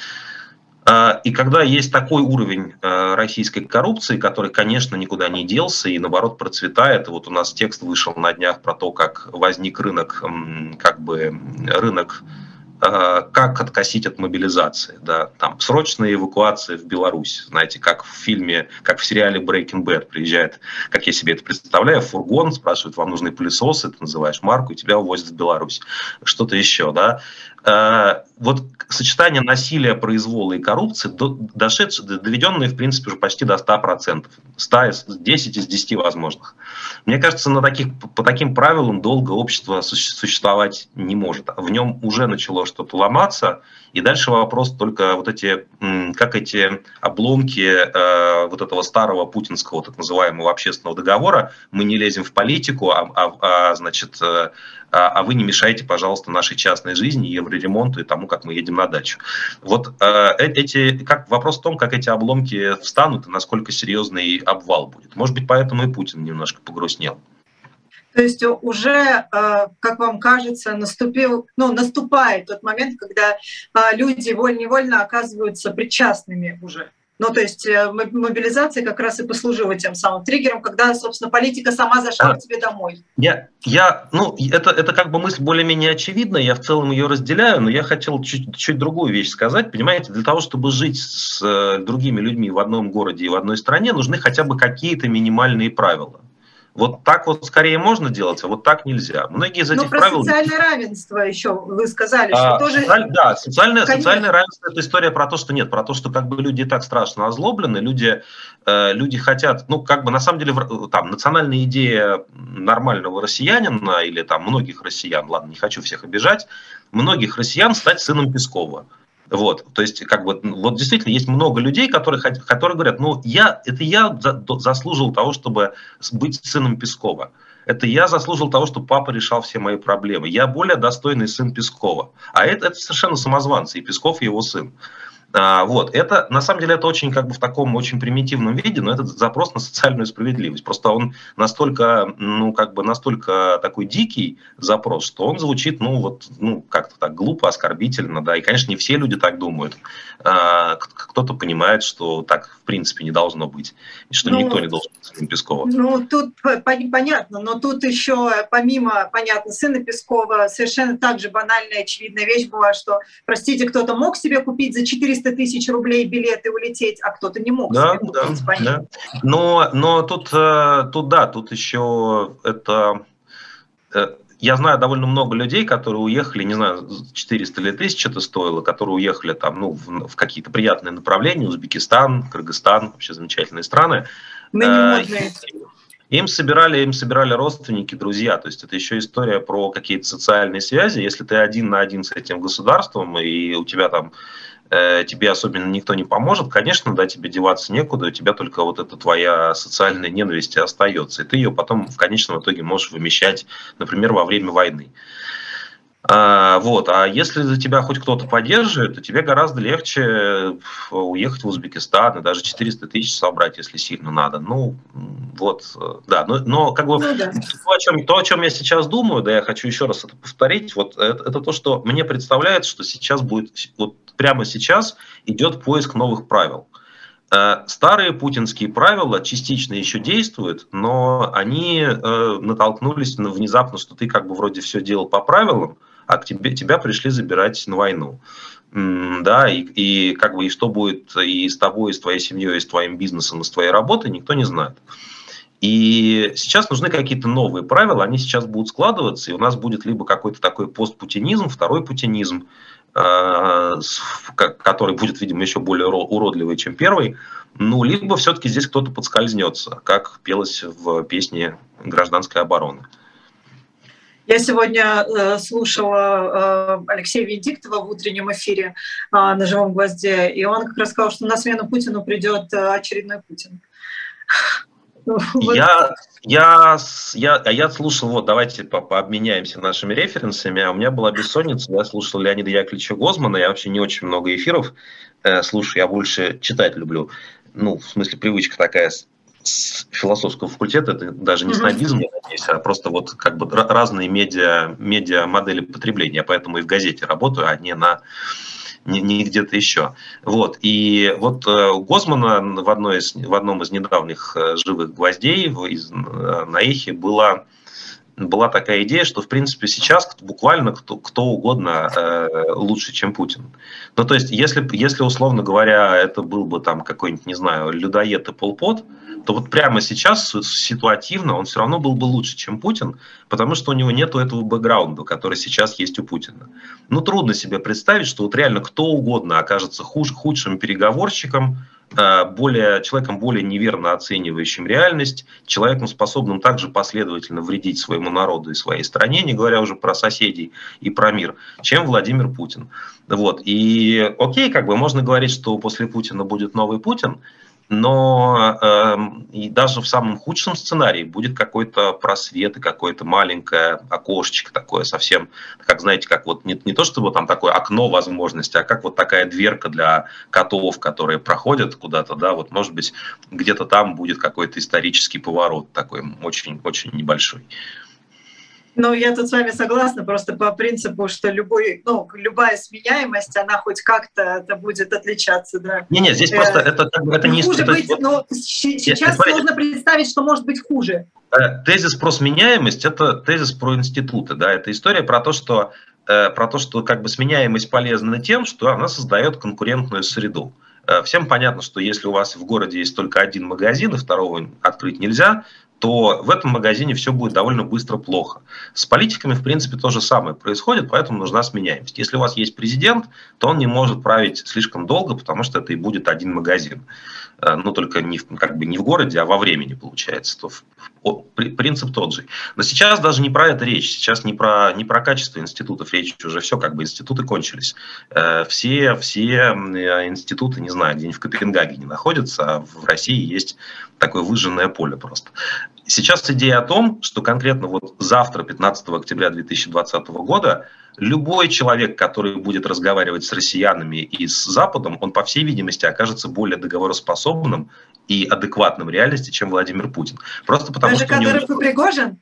и когда есть такой уровень российской коррупции, который, конечно, никуда не делся и, наоборот, процветает. И вот у нас текст вышел на днях про то, как возник рынок, как бы рынок, как откосить от мобилизации. Да? Там срочная эвакуация в Беларусь. Знаете, как в фильме, как в сериале Breaking Bad приезжает, как я себе это представляю, фургон, спрашивают, вам нужны пылесосы, ты называешь марку, и тебя увозят в Беларусь. Что-то еще, да. Вот сочетание насилия, произвола и коррупции, дошедшие, доведенные, в принципе, уже почти до ста процентов. десять из десяти возможных. Мне кажется, на таких, по таким правилам долго общество существовать не может. В нем уже начало что-то ломаться, и дальше вопрос только вот эти, как эти обломки э, вот этого старого путинского, так называемого общественного договора, мы не лезем в политику, а, а, а значит... Э, а вы не мешайте, пожалуйста, нашей частной жизни, евроремонту и тому, как мы едем на дачу. Вот э, эти, как, вопрос в том, как эти обломки встанут и насколько серьезный обвал будет. Может быть, поэтому и Путин немножко погрустнел. То есть уже, как вам кажется, наступил, ну, наступает тот момент, когда люди воль-невольно оказываются причастными уже. Ну, то есть мобилизация как раз и послужила тем самым триггером, когда, собственно, политика сама зашла а, к тебе домой. Я, я, ну, это, это как бы мысль более-менее очевидна, я в целом ее разделяю, но я хотел чуть, чуть другую вещь сказать. Понимаете, для того, чтобы жить с э, другими людьми в одном городе и в одной стране, нужны хотя бы какие-то минимальные правила. Вот так вот скорее можно делать, а вот так нельзя. Многие из этих Но про правил... социальное равенство еще вы сказали, а, что тоже... Социаль... Да, социальное, социальное равенство – это история про то, что нет, про то, что как бы люди и так страшно озлоблены, люди, э, люди хотят, ну, как бы на самом деле, там, национальная идея нормального россиянина или там многих россиян, ладно, не хочу всех обижать, многих россиян стать сыном Пескова. Вот, то есть, как бы, вот действительно есть много людей, которые, которые говорят, ну, я, это я заслужил того, чтобы быть сыном Пескова. Это я заслужил того, чтобы папа решал все мои проблемы. Я более достойный сын Пескова. А это, это совершенно самозванцы, и Песков, и его сын. А, вот, это, на самом деле, это очень, как бы, в таком очень примитивном виде, но это запрос на социальную справедливость. Просто он настолько, ну, как бы, настолько такой дикий запрос, что он звучит, ну, вот, ну, как-то так глупо, оскорбительно, да, и, конечно, не все люди так думают. А, кто-то понимает, что так, в принципе, не должно быть, и что ну, никто не должен быть сыном Пескова. Ну, тут понятно, но тут еще, помимо, понятно, сына Пескова, совершенно так же банальная, очевидная вещь была, что, простите, кто-то мог себе купить за четыреста тысяч рублей билеты улететь, а кто-то не мог да, себе купить. Да, да. Но, но тут, тут, да, тут еще это... я знаю довольно много людей, которые уехали, не знаю, четыреста или тысяча это стоило, которые уехали там, ну, в, в какие-то приятные направления, Узбекистан, Кыргызстан, вообще замечательные страны. Ныне модные. Им собирали, им собирали родственники, друзья. То есть это еще история про какие-то социальные связи. Если ты один на один с этим государством, и у тебя там, э, тебе особенно никто не поможет, конечно, да, тебе деваться некуда, у тебя только вот эта твоя социальная ненависть остается. И ты ее потом в конечном итоге можешь вымещать, например, во время войны. А, вот. А если за тебя хоть кто-то поддерживает, то тебе гораздо легче уехать в Узбекистан и даже четыреста тысяч собрать, если сильно надо. Ну, вот, да. Но, но как бы ну, да. то, о чем, то, о чем я сейчас думаю, да, я хочу еще раз это повторить, вот это, это то, что мне представляется, что сейчас будет, вот прямо сейчас идет поиск новых правил. Старые путинские правила частично еще действуют, но они э, натолкнулись на внезапно, что ты как бы вроде все делал по правилам, а к тебе, тебя пришли забирать на войну. М, да, и, и как бы и что будет и с тобой, и с твоей семьей, и с твоим бизнесом, и с твоей работой, никто не знает. И сейчас нужны какие-то новые правила, они сейчас будут складываться, и у нас будет либо какой-то такой постпутинизм, второй путинизм, который будет, видимо, еще более уродливый, чем первый, ну, либо все-таки здесь кто-то подскользнется, как пелось в песне «Гражданская оборона». Я сегодня э, слушала э, Алексея Венедиктова в утреннем эфире э, на «Живом гвозде», и он как раз сказал, что на смену Путину придет э, очередной Путин. Я, я, я, я слушал, вот давайте по пообменяемся нашими референсами. У меня была бессонница, я слушал Леонида Яковлевича Гозмана, я вообще не очень много эфиров э, слушаю, я больше читать люблю. Ну, в смысле, привычка такая с, с философского факультета, это даже не снобизм, я надеюсь, а просто вот как бы разные медиа, медиа модели потребления, поэтому и в газете работаю, а не на... не, не где-то еще. Вот. И вот у Гозмана в, одной из, в одном из недавних «Живых гвоздей» из, на Эхе была, была такая идея, что, в принципе, сейчас буквально кто, кто угодно э, лучше, чем Путин. Ну, то есть, если, если, условно говоря, это был бы там какой-нибудь, не знаю, людоед и Пол Пот, то вот прямо сейчас ситуативно он все равно был бы лучше, чем Путин, потому что у него нету этого бэкграунда, который сейчас есть у Путина. Ну, трудно себе представить, что вот реально кто угодно окажется хуж, худшим переговорщиком, более, человеком более неверно оценивающим реальность, человеком, способным также последовательно вредить своему народу и своей стране, не говоря уже про соседей и про мир, чем Владимир Путин. Вот. И окей, как бы можно говорить, что после Путина будет новый Путин, но э, и даже в самом худшем сценарии будет какой-то просвет и какое-то маленькое окошечко такое совсем, как знаете, как вот не, не то чтобы там такое окно возможности, а как вот такая дверка для котов, которые проходят куда-то, да, вот может быть где-то там будет какой-то исторический поворот такой очень-очень небольшой. Ну, я тут с вами согласна, просто по принципу, что любой, ну, любая сменяемость, она хоть как-то это будет отличаться, да. Не-не, здесь э, просто это, это не... Хуже быть, но сейчас сложно представить, что может быть хуже. Тезис про сменяемость – это тезис про институты, да, это история про то, что, про то, что как бы сменяемость полезна тем, что она создает конкурентную среду. Всем понятно, что если у вас в городе есть только один магазин, и второго открыть нельзя, то в этом магазине все будет довольно быстро плохо. С политиками, в принципе, то же самое происходит, поэтому нужна сменяемость. Если у вас есть президент, то он не может править слишком долго, потому что это и будет один магазин. Ну, только не, как бы не в городе, а во времени, получается. То принцип тот же. Но сейчас даже не про это речь. Сейчас не про, не про качество институтов речь. Уже все, как бы институты кончились. Все, все институты, не знаю, где-нибудь в Копенгагене находятся, а в России есть такое выжженное поле просто. Сейчас идея о том, что конкретно вот завтра, пятнадцатого октября две тысячи двадцатого года, любой человек, который будет разговаривать с россиянами и с Западом, он, по всей видимости, окажется более договороспособным и адекватным реальности, чем Владимир Путин. Просто потому Даже что Кадыров него... и Пригожин?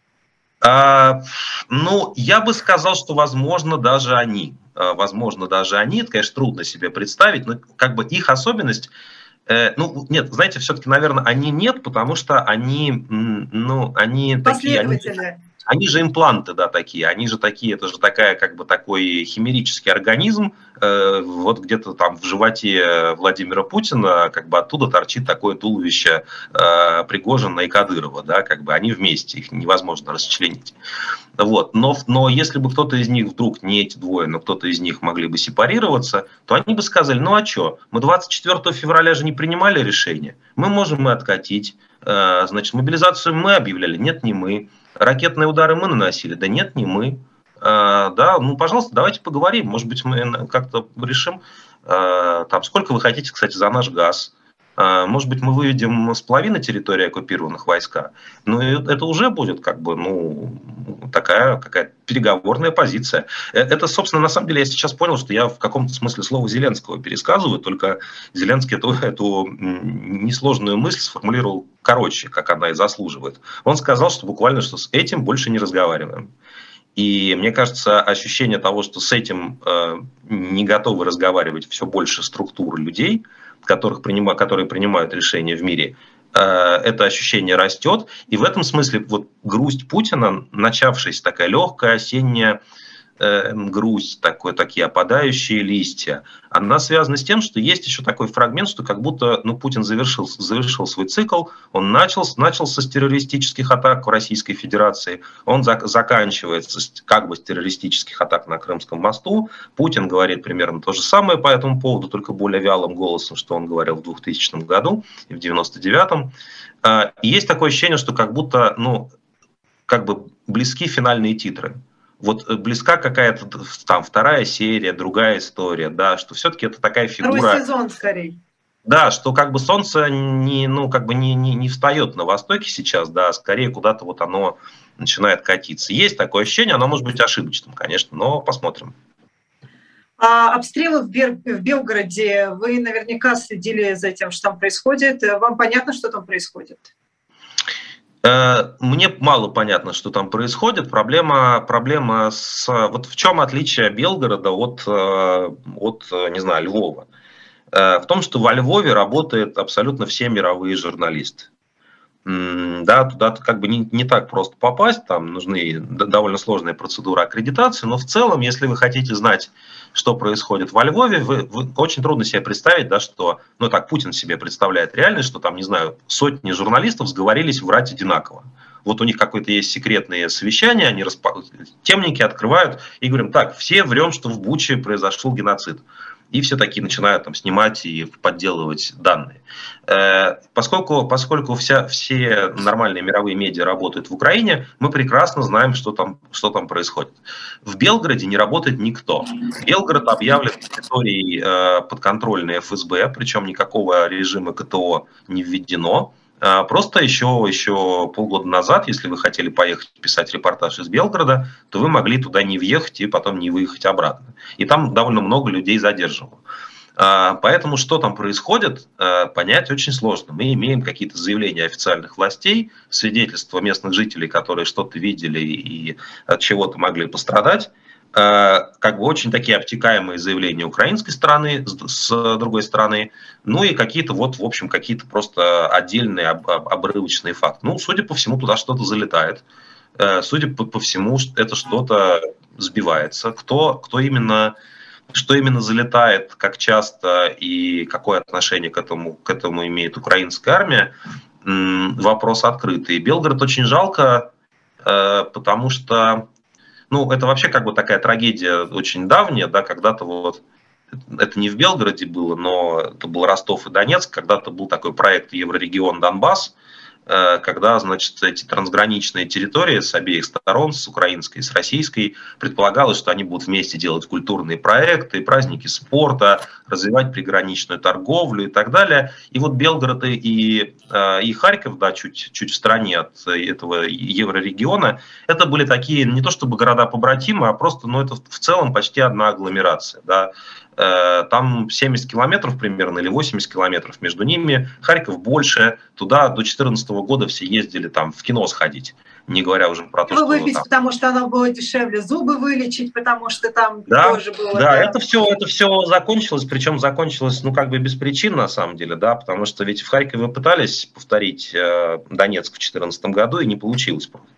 А, ну, я бы сказал, что, возможно, даже они. Возможно, даже они. Это, конечно, трудно себе представить, но как бы их особенность... Ну, нет, знаете, все-таки, наверное, они нет, потому что они, ну, они последовательные. такие... Они, Они же импланты, да, такие, они же такие, это же такая, как бы такой химерический организм, э, вот где-то там в животе Владимира Путина, как бы оттуда торчит такое туловище э, Пригожина и Кадырова, да, как бы они вместе, их невозможно расчленить. Вот. Но, но если бы кто-то из них вдруг, не эти двое, но кто-то из них могли бы сепарироваться, то они бы сказали, ну а что, мы двадцать четвёртого февраля же не принимали решение, мы можем и откатить, э, значит, мобилизацию мы объявляли, нет, не мы. Ракетные удары мы наносили? Да нет, не мы. А, да, ну, пожалуйста, давайте поговорим. Может быть, мы как-то решим, а, там, сколько вы хотите, кстати, за наш газ. А, может быть, мы выведем с половины территории оккупированных войска. Ну, это уже будет как бы, ну, такая какая-то переговорная позиция. Это, собственно, на самом деле, я сейчас понял, что я в каком-то смысле слово Зеленского пересказываю, только Зеленский эту, эту несложную мысль сформулировал короче, как она и заслуживает. Он сказал, что буквально, что с этим больше не разговариваем. И мне кажется, ощущение того, что с этим э, не готовы разговаривать все больше структур людей, которых принима, которые принимают решения в мире, э, это ощущение растет. И в этом смысле вот грусть Путина, начавшаяся такая легкая осенняя э, грусть, такой, такие опадающие листья, она связана с тем, что есть еще такой фрагмент, что как будто ну, Путин завершил, завершил свой цикл, он начал, начался с террористических атак в Российской Федерации, он зак, заканчивается как бы с террористических атак на Крымском мосту. Путин говорит примерно то же самое по этому поводу, только более вялым голосом, что он говорил в двухтысячном году и в девяносто девятом. И есть такое ощущение, что как будто ну, как бы близки финальные титры. Вот близка какая-то там вторая серия, другая история, да, что все-таки это такая фигура... Второй сезон, скорее. Да, что как бы солнце не, ну, как бы не, не, не встает на востоке сейчас, да, а скорее куда-то вот оно начинает катиться. Есть такое ощущение, оно может быть ошибочным, конечно, но посмотрим. А обстрелы в, Бер... в Белгороде, вы наверняка следили за тем, что там происходит. Вам понятно, что там происходит? Мне мало понятно, что там происходит. Проблема, проблема с... Вот в чем отличие Белгорода от, от, не знаю, Львова? В том, что во Львове работают абсолютно все мировые журналисты. Да, туда как бы не, не так просто попасть, там нужны довольно сложные процедуры аккредитации, но в целом, если вы хотите знать, что происходит во Львове, вы, вы, очень трудно себе представить, да, что, ну так Путин себе представляет реальность, что там, не знаю, сотни журналистов сговорились врать одинаково. Вот у них какое-то есть секретное совещание, они расп... темники открывают и говорим, так, все врем, что в Буче произошел геноцид. И все такие начинают там снимать и подделывать данные. Поскольку, поскольку вся, все нормальные мировые медиа работают в Украине, мы прекрасно знаем, что там, что там происходит. В Белгороде не работает никто. Белгород объявлен территорией подконтрольной эф эс бэ, причем никакого режима ка тэ о не введено. Просто еще, еще полгода назад, если вы хотели поехать писать репортаж из Белгорода, то вы могли туда не въехать и потом не выехать обратно. И там довольно много людей задерживало. Поэтому что там происходит, понять очень сложно. Мы имеем какие-то заявления официальных властей, свидетельства местных жителей, которые что-то видели и от чего-то могли пострадать. Как бы очень такие обтекаемые заявления украинской стороны, с другой стороны, ну и какие-то вот, в общем, какие-то просто отдельные обрывочные факты. Ну, судя по всему, туда что-то залетает, судя по, по всему, это что-то сбивается. Кто, кто именно, что именно залетает, как часто и какое отношение к этому, к этому имеет украинская армия, вопрос открытый. Белгород очень жалко, потому что ну, это вообще как бы такая трагедия очень давняя, да, когда-то вот, это не в Белгороде было, но это был Ростов и Донецк, когда-то был такой проект Еврорегион Донбасс, когда, значит, эти трансграничные территории с обеих сторон, с украинской и с российской, предполагалось, что они будут вместе делать культурные проекты, праздники спорта, развивать приграничную торговлю и так далее. И вот Белгород и, и Харьков, да, чуть, чуть в стороне от этого еврорегиона, это были такие, не то чтобы города-побратимы, а просто, ну, это в целом почти одна агломерация, да. Там семьдесят километров примерно или восемьдесят километров между ними. Харьков больше. Туда до две тысячи четырнадцатого года все ездили там в кино сходить. Не говоря уже про то, что... Выпить, там... потому что оно было дешевле, зубы вылечить, потому что там да, тоже было... Да, да, это все, это все закончилось, причем закончилось, ну, как бы без причин, на самом деле, да, потому что ведь в Харькове пытались повторить э, Донецк в две тысячи четырнадцатом году, и не получилось просто.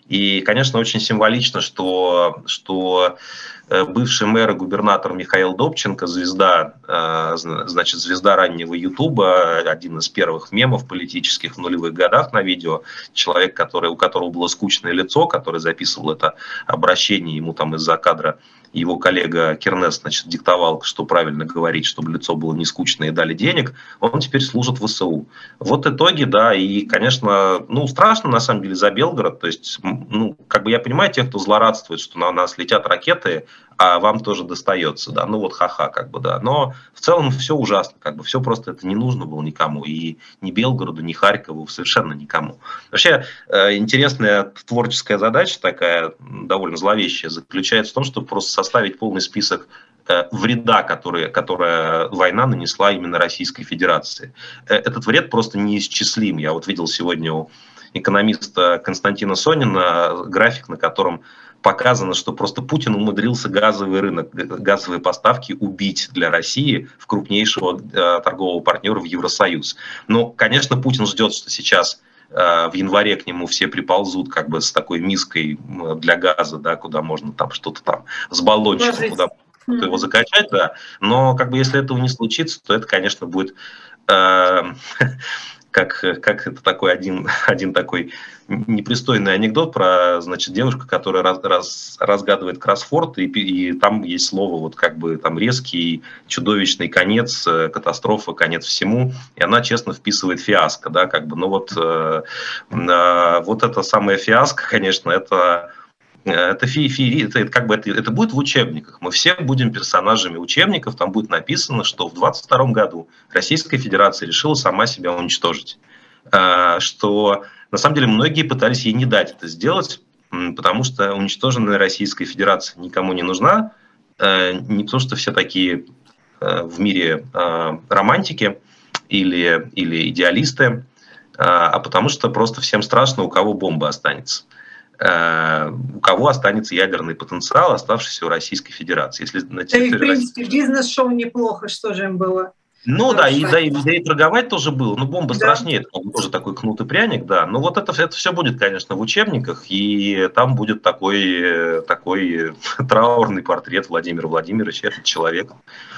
И, конечно, очень символично, что, что бывший мэр и губернатор Михаил Добченко, звезда, значит, звезда раннего Ютуба, один из первых мемов политических в нулевых годах на видео, человек, который, у которого было скучное лицо, который записывал это обращение, ему там из-за кадра его коллега Кернес, значит, диктовал, что правильно говорить, чтобы лицо было не скучное и дали денег, он теперь служит в ВСУ. Вот итоги, да, и, конечно, ну, страшно, на самом деле, за Белгород, то есть, ну, как бы я понимаю тех, кто злорадствует, что на нас летят ракеты, а вам тоже достается, да, ну вот ха-ха, как бы, да, но в целом все ужасно, как бы, все просто это не нужно было никому, и ни Белгороду, ни Харькову, совершенно никому. Вообще, э, интересная творческая задача такая, довольно зловещая, заключается в том, чтобы просто составить полный список э, вреда, который, которое война нанесла именно Российской Федерации. Э, этот вред просто неисчислим. Я вот видел сегодня у экономиста Константина Сонина график, на котором показано, что просто Путин умудрился газовый рынок, газовые поставки убить для России в крупнейшего э, торгового партнера в Евросоюз. Но, конечно, Путин ждет, что сейчас э, в январе к нему все приползут как бы с такой миской для газа, да, куда можно там что-то там с баллончиком, куда его закачать, да. Но как бы если этого не случится, то это, конечно, будет... Э, Как, как это такой один, один такой непристойный анекдот про, значит, девушку, которая раз, раз, разгадывает кроссворд, и, и там есть слово вот как бы там резкий, чудовищный конец, катастрофа, конец всему, и она честно вписывает фиаско, да, как бы, ну вот, э, э, вот это самое фиаско, конечно, это... Это, фи, фи, это, как бы это, это будет в учебниках. Мы все будем персонажами учебников. Там будет написано, что в двадцать втором году Российская Федерация решила сама себя уничтожить. Что на самом деле многие пытались ей не дать это сделать, потому что уничтоженная Российская Федерация никому не нужна. Не то, что все такие в мире романтики или, или идеалисты, а потому что просто всем страшно, у кого бомба останется. У кого останется ядерный потенциал, оставшийся у Российской Федерации. Если на территории... Да и, в принципе, бизнес-шоу неплохо, что же им было. Ну да, и, да, и, да, и торговать тоже было. Ну, бомба да. страшнее, это тоже такой кнут и пряник, да. Но вот это, это все будет, конечно, в учебниках, и там будет такой, такой траурный портрет Владимира Владимировича, этот человек.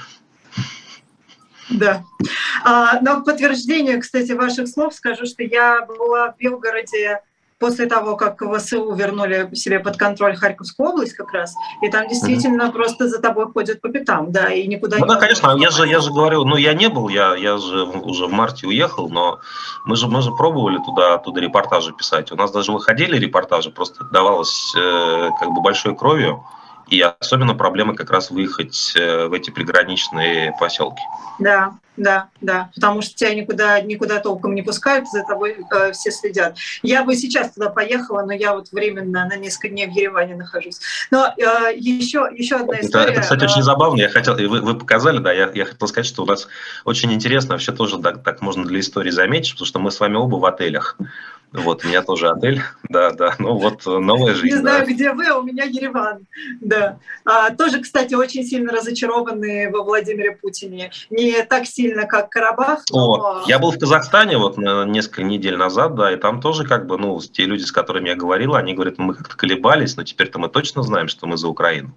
Да. А, но в подтверждение, кстати, ваших слов скажу, что я была в Белгороде после того, как ВСУ вернули себе под контроль Харьковскую область как раз, и там действительно mm-hmm. просто за тобой ходят по пятам, да, и никуда ну, не... Да, конечно, я же, я же говорю, ну, я не был, я, я же уже в марте уехал, но мы же, мы же пробовали туда, оттуда репортажи писать. У нас даже выходили репортажи, просто давалось э, как бы большой кровью, и особенно проблема как раз выехать в эти приграничные поселки. Да, да, да, потому что тебя никуда, никуда толком не пускают, за тобой э, все следят. Я бы сейчас туда поехала, но я вот временно на несколько дней в Ереване нахожусь. Но э, еще, еще одна история. Это, это кстати, очень забавно. Я хотел, вы, вы показали, да, я, я хотел сказать, что у нас очень интересно, вообще тоже так, так можно для истории заметить, потому что мы с вами оба в отелях. Вот, у меня тоже отель, да, да, ну вот новая жизнь. Не знаю, да. где вы, а у меня Ереван, да. А, тоже, кстати, очень сильно разочарованы во Владимире Путине. Не так сильно, как Карабах, но... О, я был в Казахстане вот несколько недель назад, да, и там тоже как бы, ну, те люди, с которыми я говорил, они говорят, мы как-то колебались, но теперь-то мы точно знаем, что мы за Украину.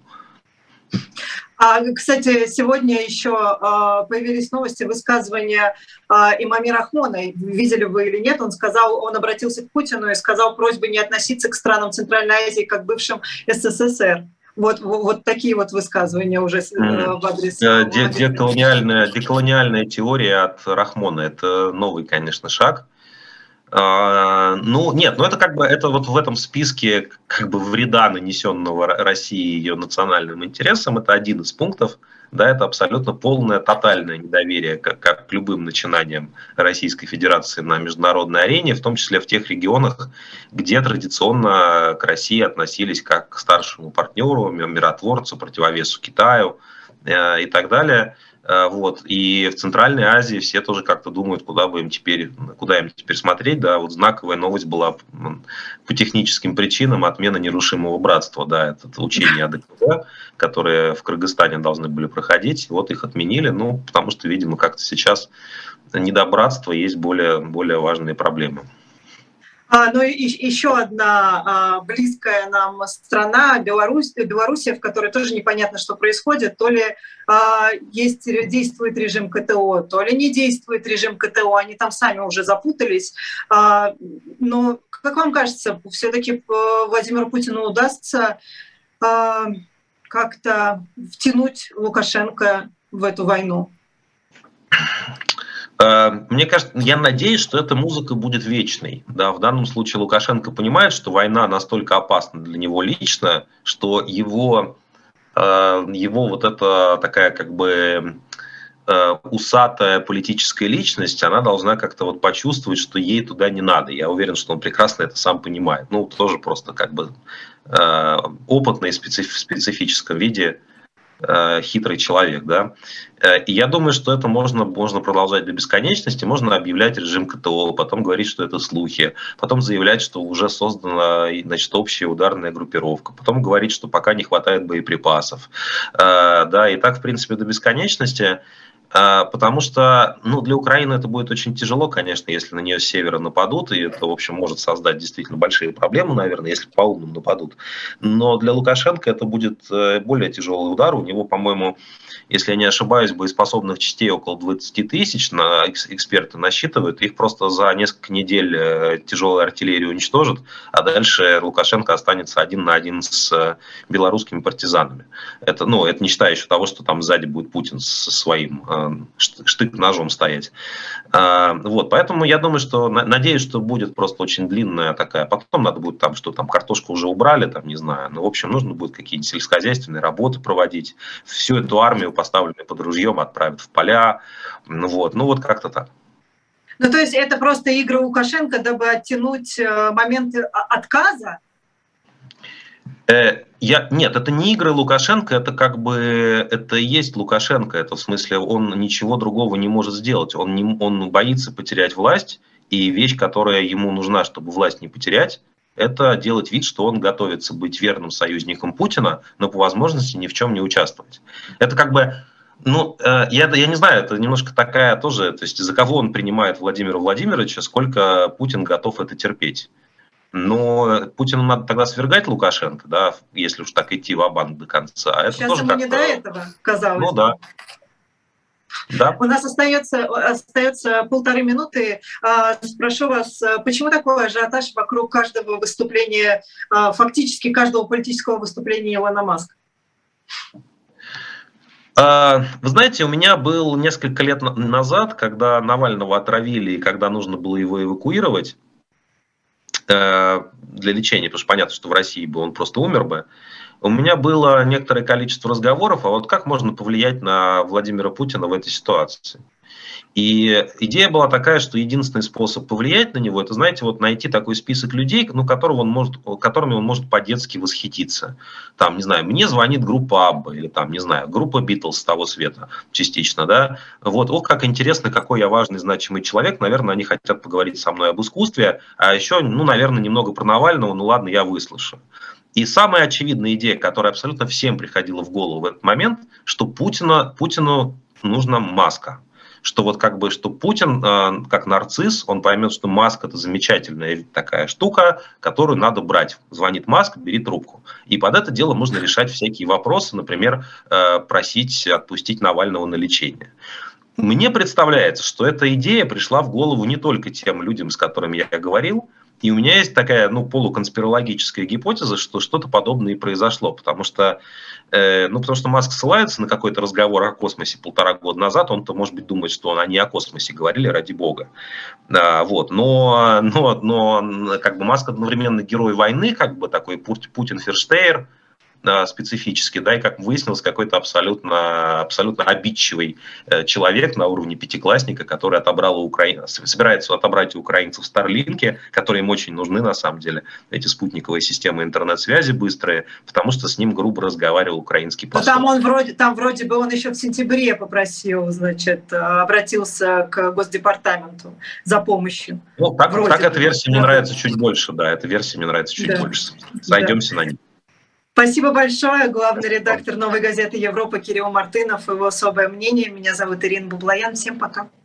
А, кстати, сегодня еще а, появились новости, высказывания а, Имами Рахмона. Видели вы или нет? Он сказал, он обратился к Путину и сказал просьбу не относиться к странам Центральной Азии как к бывшим СССР. Вот, вот, вот такие вот высказывания уже mm. в адрес... Деколониальная, деколониальная теория от Рахмона – это новый, конечно, шаг. Uh, ну, нет, ну это как бы, это вот в этом списке как бы вреда, нанесенного России ее национальным интересам, это один из пунктов, да, это абсолютно полное, тотальное недоверие как, как к любым начинаниям Российской Федерации на международной арене, в том числе в тех регионах, где традиционно к России относились как к старшему партнеру, миротворцу, противовесу Китаю э, и так далее. Вот. И в Центральной Азии все тоже как-то думают, куда бы им теперь, куда им теперь смотреть. Да, вот знаковая новость была по техническим причинам отмена нерушимого братства. Да, это учение АДКБ, которые в Кыргызстане должны были проходить. Вот их отменили, ну, потому что, видимо, как-то сейчас не до братства есть более, более важные проблемы. А, ну и еще одна а, близкая нам страна, Беларусь, Белоруссия, в которой тоже непонятно, что происходит. То ли а, есть, действует режим КТО, то ли не действует режим КТО. Они там сами уже запутались. А, но, как вам кажется, все-таки Владимиру Путину удастся а, как-то втянуть Лукашенко в эту войну? Мне кажется, я надеюсь, что эта музыка будет вечной. Да, в данном случае Лукашенко понимает, что война настолько опасна для него лично, что его, его вот эта такая как бы усатая политическая личность, она должна как-то вот почувствовать, что ей туда не надо. Я уверен, что он прекрасно это сам понимает. Ну, тоже просто как бы опытный в специфическом виде хитрый человек, да. И я думаю, что это можно, можно продолжать до бесконечности, можно объявлять режим КТО, потом говорить, что это слухи, потом заявлять, что уже создана, значит, общая ударная группировка, потом говорить, что пока не хватает боеприпасов, да, и так, в принципе, до бесконечности. Потому что, ну, для Украины это будет очень тяжело, конечно, если на нее с севера нападут, и это, в общем, может создать действительно большие проблемы, наверное, если по-умному нападут. Но для Лукашенко это будет более тяжелый удар. У него, по-моему, если я не ошибаюсь, боеспособных частей около двадцати тысяч, на, эксперты насчитывают, их просто за несколько недель тяжелая артиллерия уничтожит, а дальше Лукашенко останется один на один с белорусскими партизанами. Это, ну, это не считая еще того, что там сзади будет Путин со своим штык-ножом стоять. Вот, поэтому я думаю, что, надеюсь, что будет просто очень длинная такая, потом надо будет там, что там картошку уже убрали, там, не знаю, ну, в общем, нужно будет какие-нибудь сельскохозяйственные работы проводить, всю эту армию, поставленную под ружьем, отправят в поля, ну, вот, ну, вот как-то так. Ну, то есть это просто игры Лукашенко, дабы оттянуть момент отказа? Я, нет, это не игры Лукашенко, это как бы, это и есть Лукашенко, это в смысле он ничего другого не может сделать, он, не, он боится потерять власть, и вещь, которая ему нужна, чтобы власть не потерять, это делать вид, что он готовится быть верным союзником Путина, но по возможности ни в чем не участвовать. Это как бы, ну, я, я не знаю, это немножко такая тоже, то есть за кого он принимает Владимира Владимировича, сколько Путин готов это терпеть. Но Путину надо тогда свергать Лукашенко, да, если уж так идти ва-банк до конца. А это Сейчас тоже ему не до этого, казалось. Ну да. Да. У нас остается, остается полторы минуты. Спрошу вас, почему такой ажиотаж вокруг каждого выступления, фактически каждого политического выступления Илона Маска? Вы знаете, у меня был несколько лет назад, когда Навального отравили и когда нужно было его эвакуировать для лечения, потому что понятно, что в России бы он просто умер бы. У меня было некоторое количество разговоров, а вот как можно повлиять на Владимира Путина в этой ситуации. И идея была такая, что единственный способ повлиять на него, это, знаете, вот найти такой список людей, ну, которого он может, которыми он может по-детски восхититься. Там, не знаю, мне звонит группа Абба, или там, не знаю, группа Битлз с того света, частично, да. Вот, ох, как интересно, какой я важный, значимый человек. Наверное, они хотят поговорить со мной об искусстве, а еще, ну, наверное, немного про Навального, ну, ладно, я выслушаю. И самая очевидная идея, которая абсолютно всем приходила в голову в этот момент, что Путина, Путину нужна маска. Что вот как бы, что Путин, э, как нарцисс, он поймет, что Маск — это замечательная такая штука, которую надо брать. Звонит Маск, бери трубку. И под это дело можно решать всякие вопросы, например, э, просить отпустить Навального на лечение. Мне представляется, что эта идея пришла в голову не только тем людям, с которыми я говорил, и у меня есть такая, ну, полуконспирологическая гипотеза, что что-то подобное и произошло, потому что, э, ну, потому что Маск ссылается на какой-то разговор о космосе полтора года назад, он-то, может быть, думает, что они о космосе говорили, ради бога. А, вот, но, но, но, как бы Маск одновременно герой войны, как бы такой Путин-Ферштейр, специфически, да, и как выяснилось, какой-то абсолютно, абсолютно обидчивый человек на уровне пятиклассника, который отобрал у Украины, собирается отобрать у украинцев Старлинки, которые им очень нужны на самом деле, эти спутниковые системы интернет-связи быстрые, потому что с ним грубо разговаривал украинский посол. Но там он вроде, там вроде бы он еще в сентябре попросил, значит, обратился к Госдепартаменту за помощью. Ну, так, так эта версия мне нравится чуть больше, да, эта версия мне нравится чуть да. больше. Сойдемся да. на ней. Спасибо большое. Главный редактор «Новой газеты Европа» Кирилл Мартынов, его особое мнение. Меня зовут Ирина Баблоян. Всем пока.